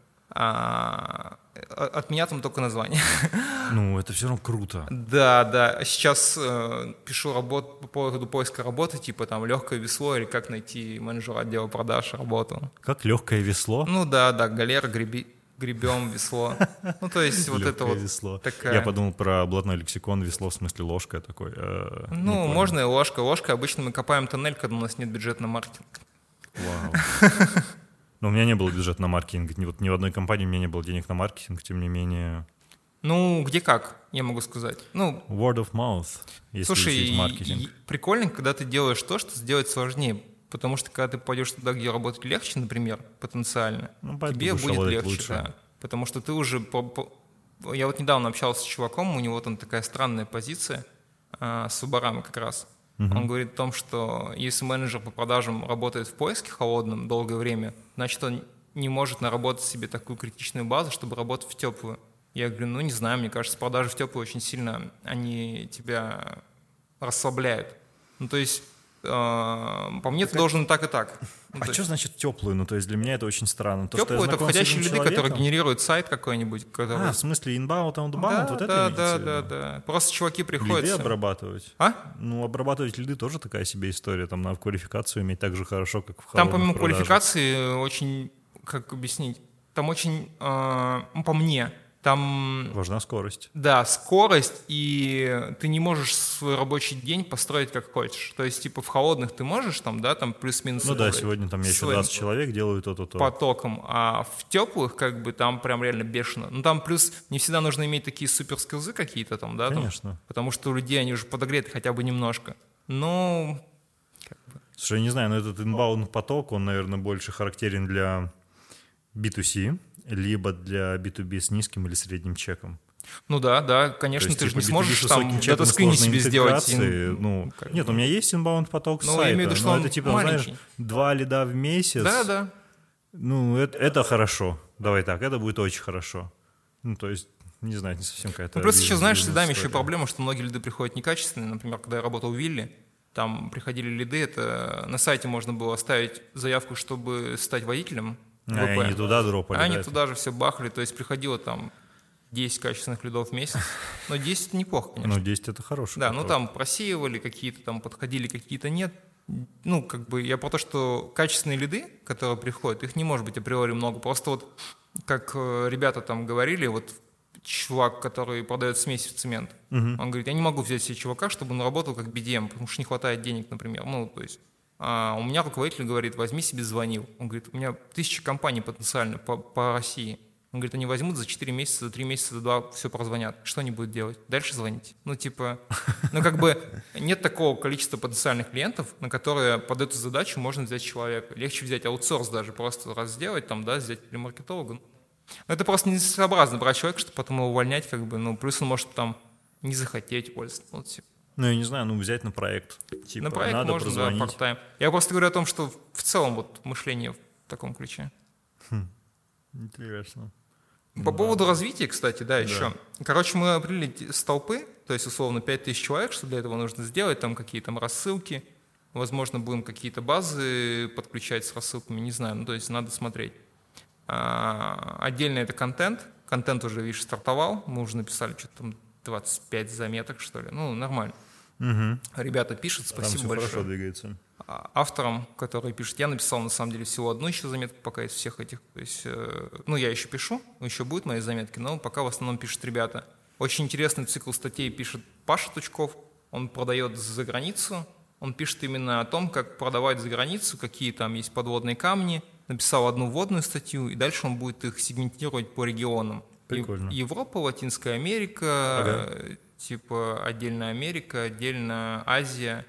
А, от меня там только название. Ну, это все равно круто. Да, да. Сейчас э, пишу работу по поводу поиска работы, типа там легкое весло или как найти менеджера отдела продаж работу. Как легкое весло. Ну да, да, галера, греби, гребем, весло. Ну то есть вот это Легкое вот весло. такая... Я подумал про блатной лексикон, весло в смысле ложка такой. э, не Ну, понял. можно и ложка. Ложка обычно мы копаем тоннель, когда у нас нет бюджета на маркетинг. Вау. Но у меня не было бюджета на маркетинг. Ни, вот, ни в одной компании у меня не было денег на маркетинг, тем не менее. Ну, где как, я могу сказать. Ну, Word of mouth, если слушай, учить и- маркетинг. и прикольно, когда ты делаешь то, что сделать сложнее. Потому что когда ты пойдешь туда, где работать легче, например, потенциально, Ну, поэтому тебе будешь будет работать легче. лучше. Да. Потому что ты уже... по- по- Я вот недавно общался с чуваком, у него там такая странная позиция, а, с выборами как раз. Он говорит о том, что если менеджер по продажам работает в поиске холодном долгое время, значит, он не может наработать себе такую критичную базу, чтобы работать в теплую. Я говорю, ну не знаю, мне кажется, продажи в теплую очень сильно, они тебя расслабляют. Ну то есть, э, по мне, ты должен так и так. Ну, А то что есть значит теплую? Ну, то есть для меня это очень странно. То, что я теплую — это знаком с входящие этим лиды, которые человеком- генерируют сайт какой-нибудь. Который... А, в смысле inbound, outbound, да, вот это да, имеете да, в виду? да, да. Просто чуваки приходят... Лиды всё- обрабатывать? А? Ну, обрабатывать лиды тоже такая себе история. Там надо квалификацию иметь так же хорошо, как в Там холодных помимо продажах. квалификации очень, как объяснить, там очень, э, ну, по мне, там, Важна скорость. да, скорость, и ты не можешь свой рабочий день построить как хочешь. То есть, типа, в холодных ты можешь, там, да, там плюс-минус... Ну да, э, сегодня там я еще своим двадцать человек делаю то-то-то. потоком, а в теплых, как бы, там прям реально бешено. Ну, там плюс не всегда нужно иметь такие суперскиллзы какие-то там, да, там, Конечно. потому что у людей они уже подогреты хотя бы немножко. Но Слушай, я не знаю, но этот inbound поток, он, наверное, больше характерен для би ту си, либо для би ту би с низким или средним чеком. ну да, да, конечно, То есть, ты же типа, не би ту би сможешь с там высоким чеком, дата-скрин сложной себе сделать. интеграцией, ин- ну, как нет, бы. у меня есть inbound поток с Ну, я сайта, имею в виду, что но он это типа, знаешь, маленький. два лида в месяц. Да, да. Ну, это, это хорошо. Давай так, это будет очень хорошо. Ну, то есть, не знаю, не совсем какая-то... Ну, просто еще, знаешь, с бизнес- лидами еще бизнес-история. проблема, что многие лиды приходят некачественные. Например, когда я работал в Вилле, там приходили лиды, это на сайте можно было оставить заявку, чтобы стать водителем. А, ВП. и они туда дропали, А они да, это? туда же все бахали, то есть приходило там десять качественных лидов в месяц. Но десять это неплохо, конечно. Ну, десять это хороший Да, ну поток. там просеивали какие-то, там подходили, какие-то нет. Ну, как бы я про то, что качественные лиды, которые приходят, их не может быть априори много. Просто вот, как э, ребята там говорили, вот чувак, который продает смеси в цемент, он говорит, я не могу взять себе чувака, чтобы он работал как би ди эм, потому что не хватает денег, например. Ну, то есть а у меня руководитель говорит, возьми себе звонил. Он говорит, у меня тысяча компаний потенциально по, по России. Он говорит, они возьмут за четыре месяца, за три месяца, за два все прозвонят. Что они будут делать? Дальше звонить. Ну, типа, ну, как бы нет такого количества потенциальных клиентов, на которые под эту задачу можно взять человека. Легче взять аутсорс даже, просто раз сделать, там, да, взять или маркетолога. Но это просто несообразно брать человека, чтобы потом его увольнять, как бы, ну, плюс он может там не захотеть пользоваться. Ну, типа. Ну, я не знаю, ну, взять на проект. Типа, На проект надо можно, да, прозвонить. part-time. Я просто говорю о том, что в целом вот мышление в таком ключе. Интересно. По поводу развития, кстати, да, еще. Короче, мы определили столпы, то есть, условно, пять тысяч человек, что для этого нужно сделать, там какие-то там рассылки, возможно, будем какие-то базы подключать с рассылками, не знаю, ну, то есть надо смотреть. А, отдельно это контент. Контент уже, видишь, стартовал, мы уже написали что-то там двадцать пять заметок, что ли, ну, нормально. Угу. Ребята пишут, спасибо Там все большое. Хорошо двигается. Авторам, которые пишут, я написал на самом деле всего одну еще заметку пока из всех этих. То есть, ну, я еще пишу, еще будут мои заметки, но пока в основном пишут ребята. Очень интересный цикл статей пишет Паша Тучков. Он продает за границу. Он пишет именно о том, как продавать за границу, какие там есть подводные камни. Написал одну вводную статью, и дальше он будет их сегментировать по регионам. Прикольно. Европа, Латинская Америка, ага. типа отдельно Америка, отдельно Азия.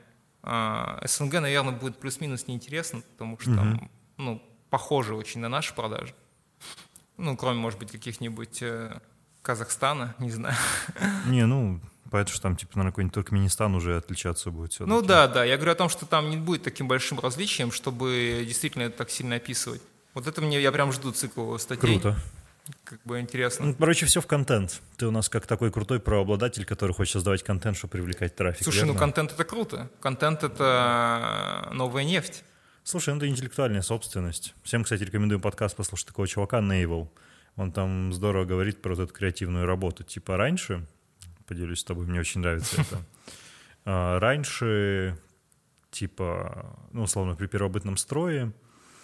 СНГ, наверное, будет плюс-минус неинтересно, потому что угу. там, ну, похоже очень на наши продажи. Ну, кроме, может быть, каких-нибудь э, Казахстана, не знаю. Не, ну, поэтому что там, типа, наверное, какой-нибудь Туркменистан уже отличаться будет все-таки. Ну да, да, я говорю о том, что там не будет таким большим различием, чтобы действительно это так сильно описывать. Вот это мне, я прям жду цикл статей. Круто. Как бы интересно. Ну, короче, все в контент. Ты у нас как такой крутой правообладатель, который хочет создавать контент, чтобы привлекать трафик. Слушай, верно? ну контент — это круто. Контент — это новая нефть. Слушай, ну это интеллектуальная собственность. Всем, кстати, рекомендую подкаст послушать такого чувака, Naval. Он там здорово говорит про вот эту креативную работу. Типа раньше, поделюсь с тобой, мне очень нравится это. Раньше, типа, ну, условно, при первобытном строе,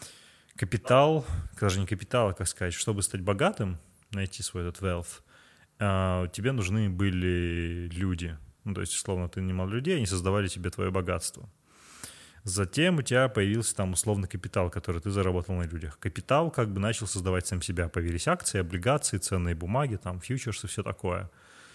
капитал, даже не капитал, а, как сказать, чтобы стать богатым, найти свой этот wealth, тебе нужны были люди. Ну, то есть, условно, ты нанимал людей, они создавали тебе твое богатство. Затем у тебя появился там условно капитал, который ты заработал на людях. Капитал как бы начал создавать сам себя. Появились акции, облигации, ценные бумаги, там, фьючерсы, все такое.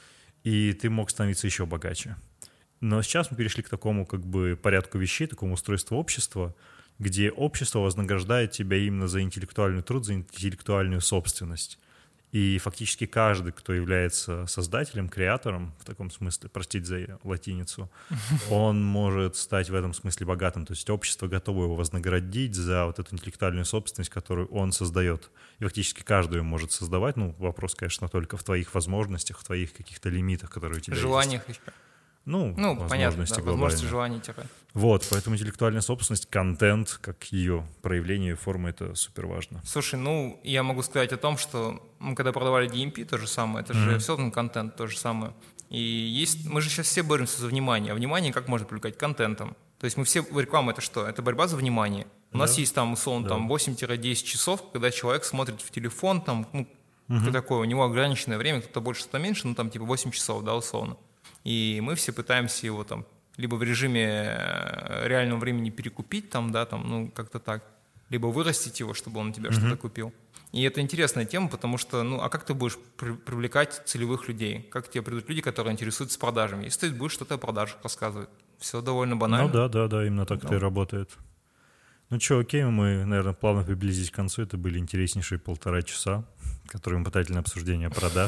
И ты мог становиться еще богаче. Но сейчас мы перешли к такому как бы порядку вещей, такому устройству общества, где общество вознаграждает тебя именно за интеллектуальный труд, за интеллектуальную собственность. И фактически каждый, кто является создателем, креатором, в таком смысле, простите за латиницу, он может стать в этом смысле богатым. То есть общество готово его вознаградить за вот эту интеллектуальную собственность, которую он создает. И фактически каждый ее может создавать. Ну, вопрос, конечно, только в твоих возможностях, в твоих каких-то лимитах, которые у тебя Желаниях есть. еще. Ну, ну возможности понятно, да, глобальные. возможности, желания типа. Вот, поэтому интеллектуальная собственность, контент, как ее проявление, ее форма, это супер важно. Слушай, ну, я могу сказать о том, что мы когда продавали ди эм пи, то же самое, это mm-hmm. же все равно контент, то же самое. И есть, мы же сейчас все боремся за внимание, а внимание как можно привлекать? Контентом. То есть мы все, реклама — это что? Это борьба за внимание. У да. нас есть там, условно, да. там восемь-десять часов, когда человек смотрит в телефон, там, ну, mm-hmm. кто такой, у него ограниченное время, кто-то больше, кто-то меньше, ну, там, типа восемь часов, да, условно. И мы все пытаемся его там либо в режиме реального времени перекупить, там, да, там, ну, как-то так, либо вырастить его, чтобы он у тебя mm-hmm. что-то купил. И это интересная тема, потому что, ну, а как ты будешь при- привлекать целевых людей? Как к тебе придут люди, которые интересуются продажами? Если ты будешь что-то о продажах рассказывать, все довольно банально. Ну да, да, да, именно так ну. это и работает. Ну что, окей, мы, наверное, плавно приблизились к концу. Это были интереснейшие полтора часа, которые мы потратили на обсуждение продаж.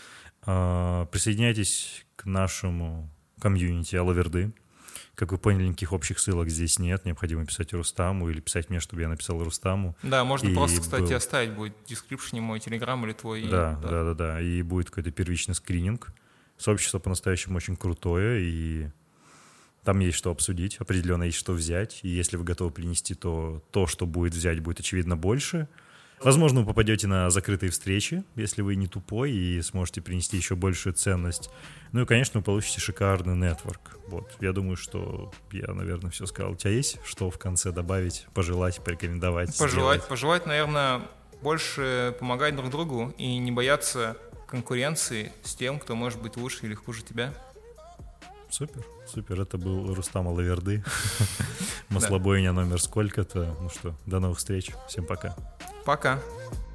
Присоединяйтесь к нашему комьюнити Алаверды. Как вы поняли, никаких общих ссылок здесь нет. Необходимо писать Рустаму или писать мне, чтобы я написал Рустаму. Да, можно и просто, кстати, был... оставить будет в дескрипшене мой телеграм или твой. Да, да, да, да, да. И будет какой-то первичный скрининг. Сообщество по-настоящему очень крутое, и там есть что обсудить, определенно есть что взять. И если вы готовы принести, то то, что будет взять, будет, очевидно, больше. Возможно, вы попадете на закрытые встречи, если вы не тупой, и сможете принести еще большую ценность. Ну и, конечно, вы получите шикарный нетворк. Вот. Я думаю, что я, наверное, все сказал. У тебя есть что в конце добавить, пожелать, порекомендовать? Пожелать, сделать? пожелать, наверное, больше помогать друг другу и не бояться конкуренции с тем, кто может быть лучше или хуже тебя. Супер, супер. Это был Рустам Алаверды. Маслобойня номер сколько-то. Ну что, до новых встреч. Всем пока. Пока.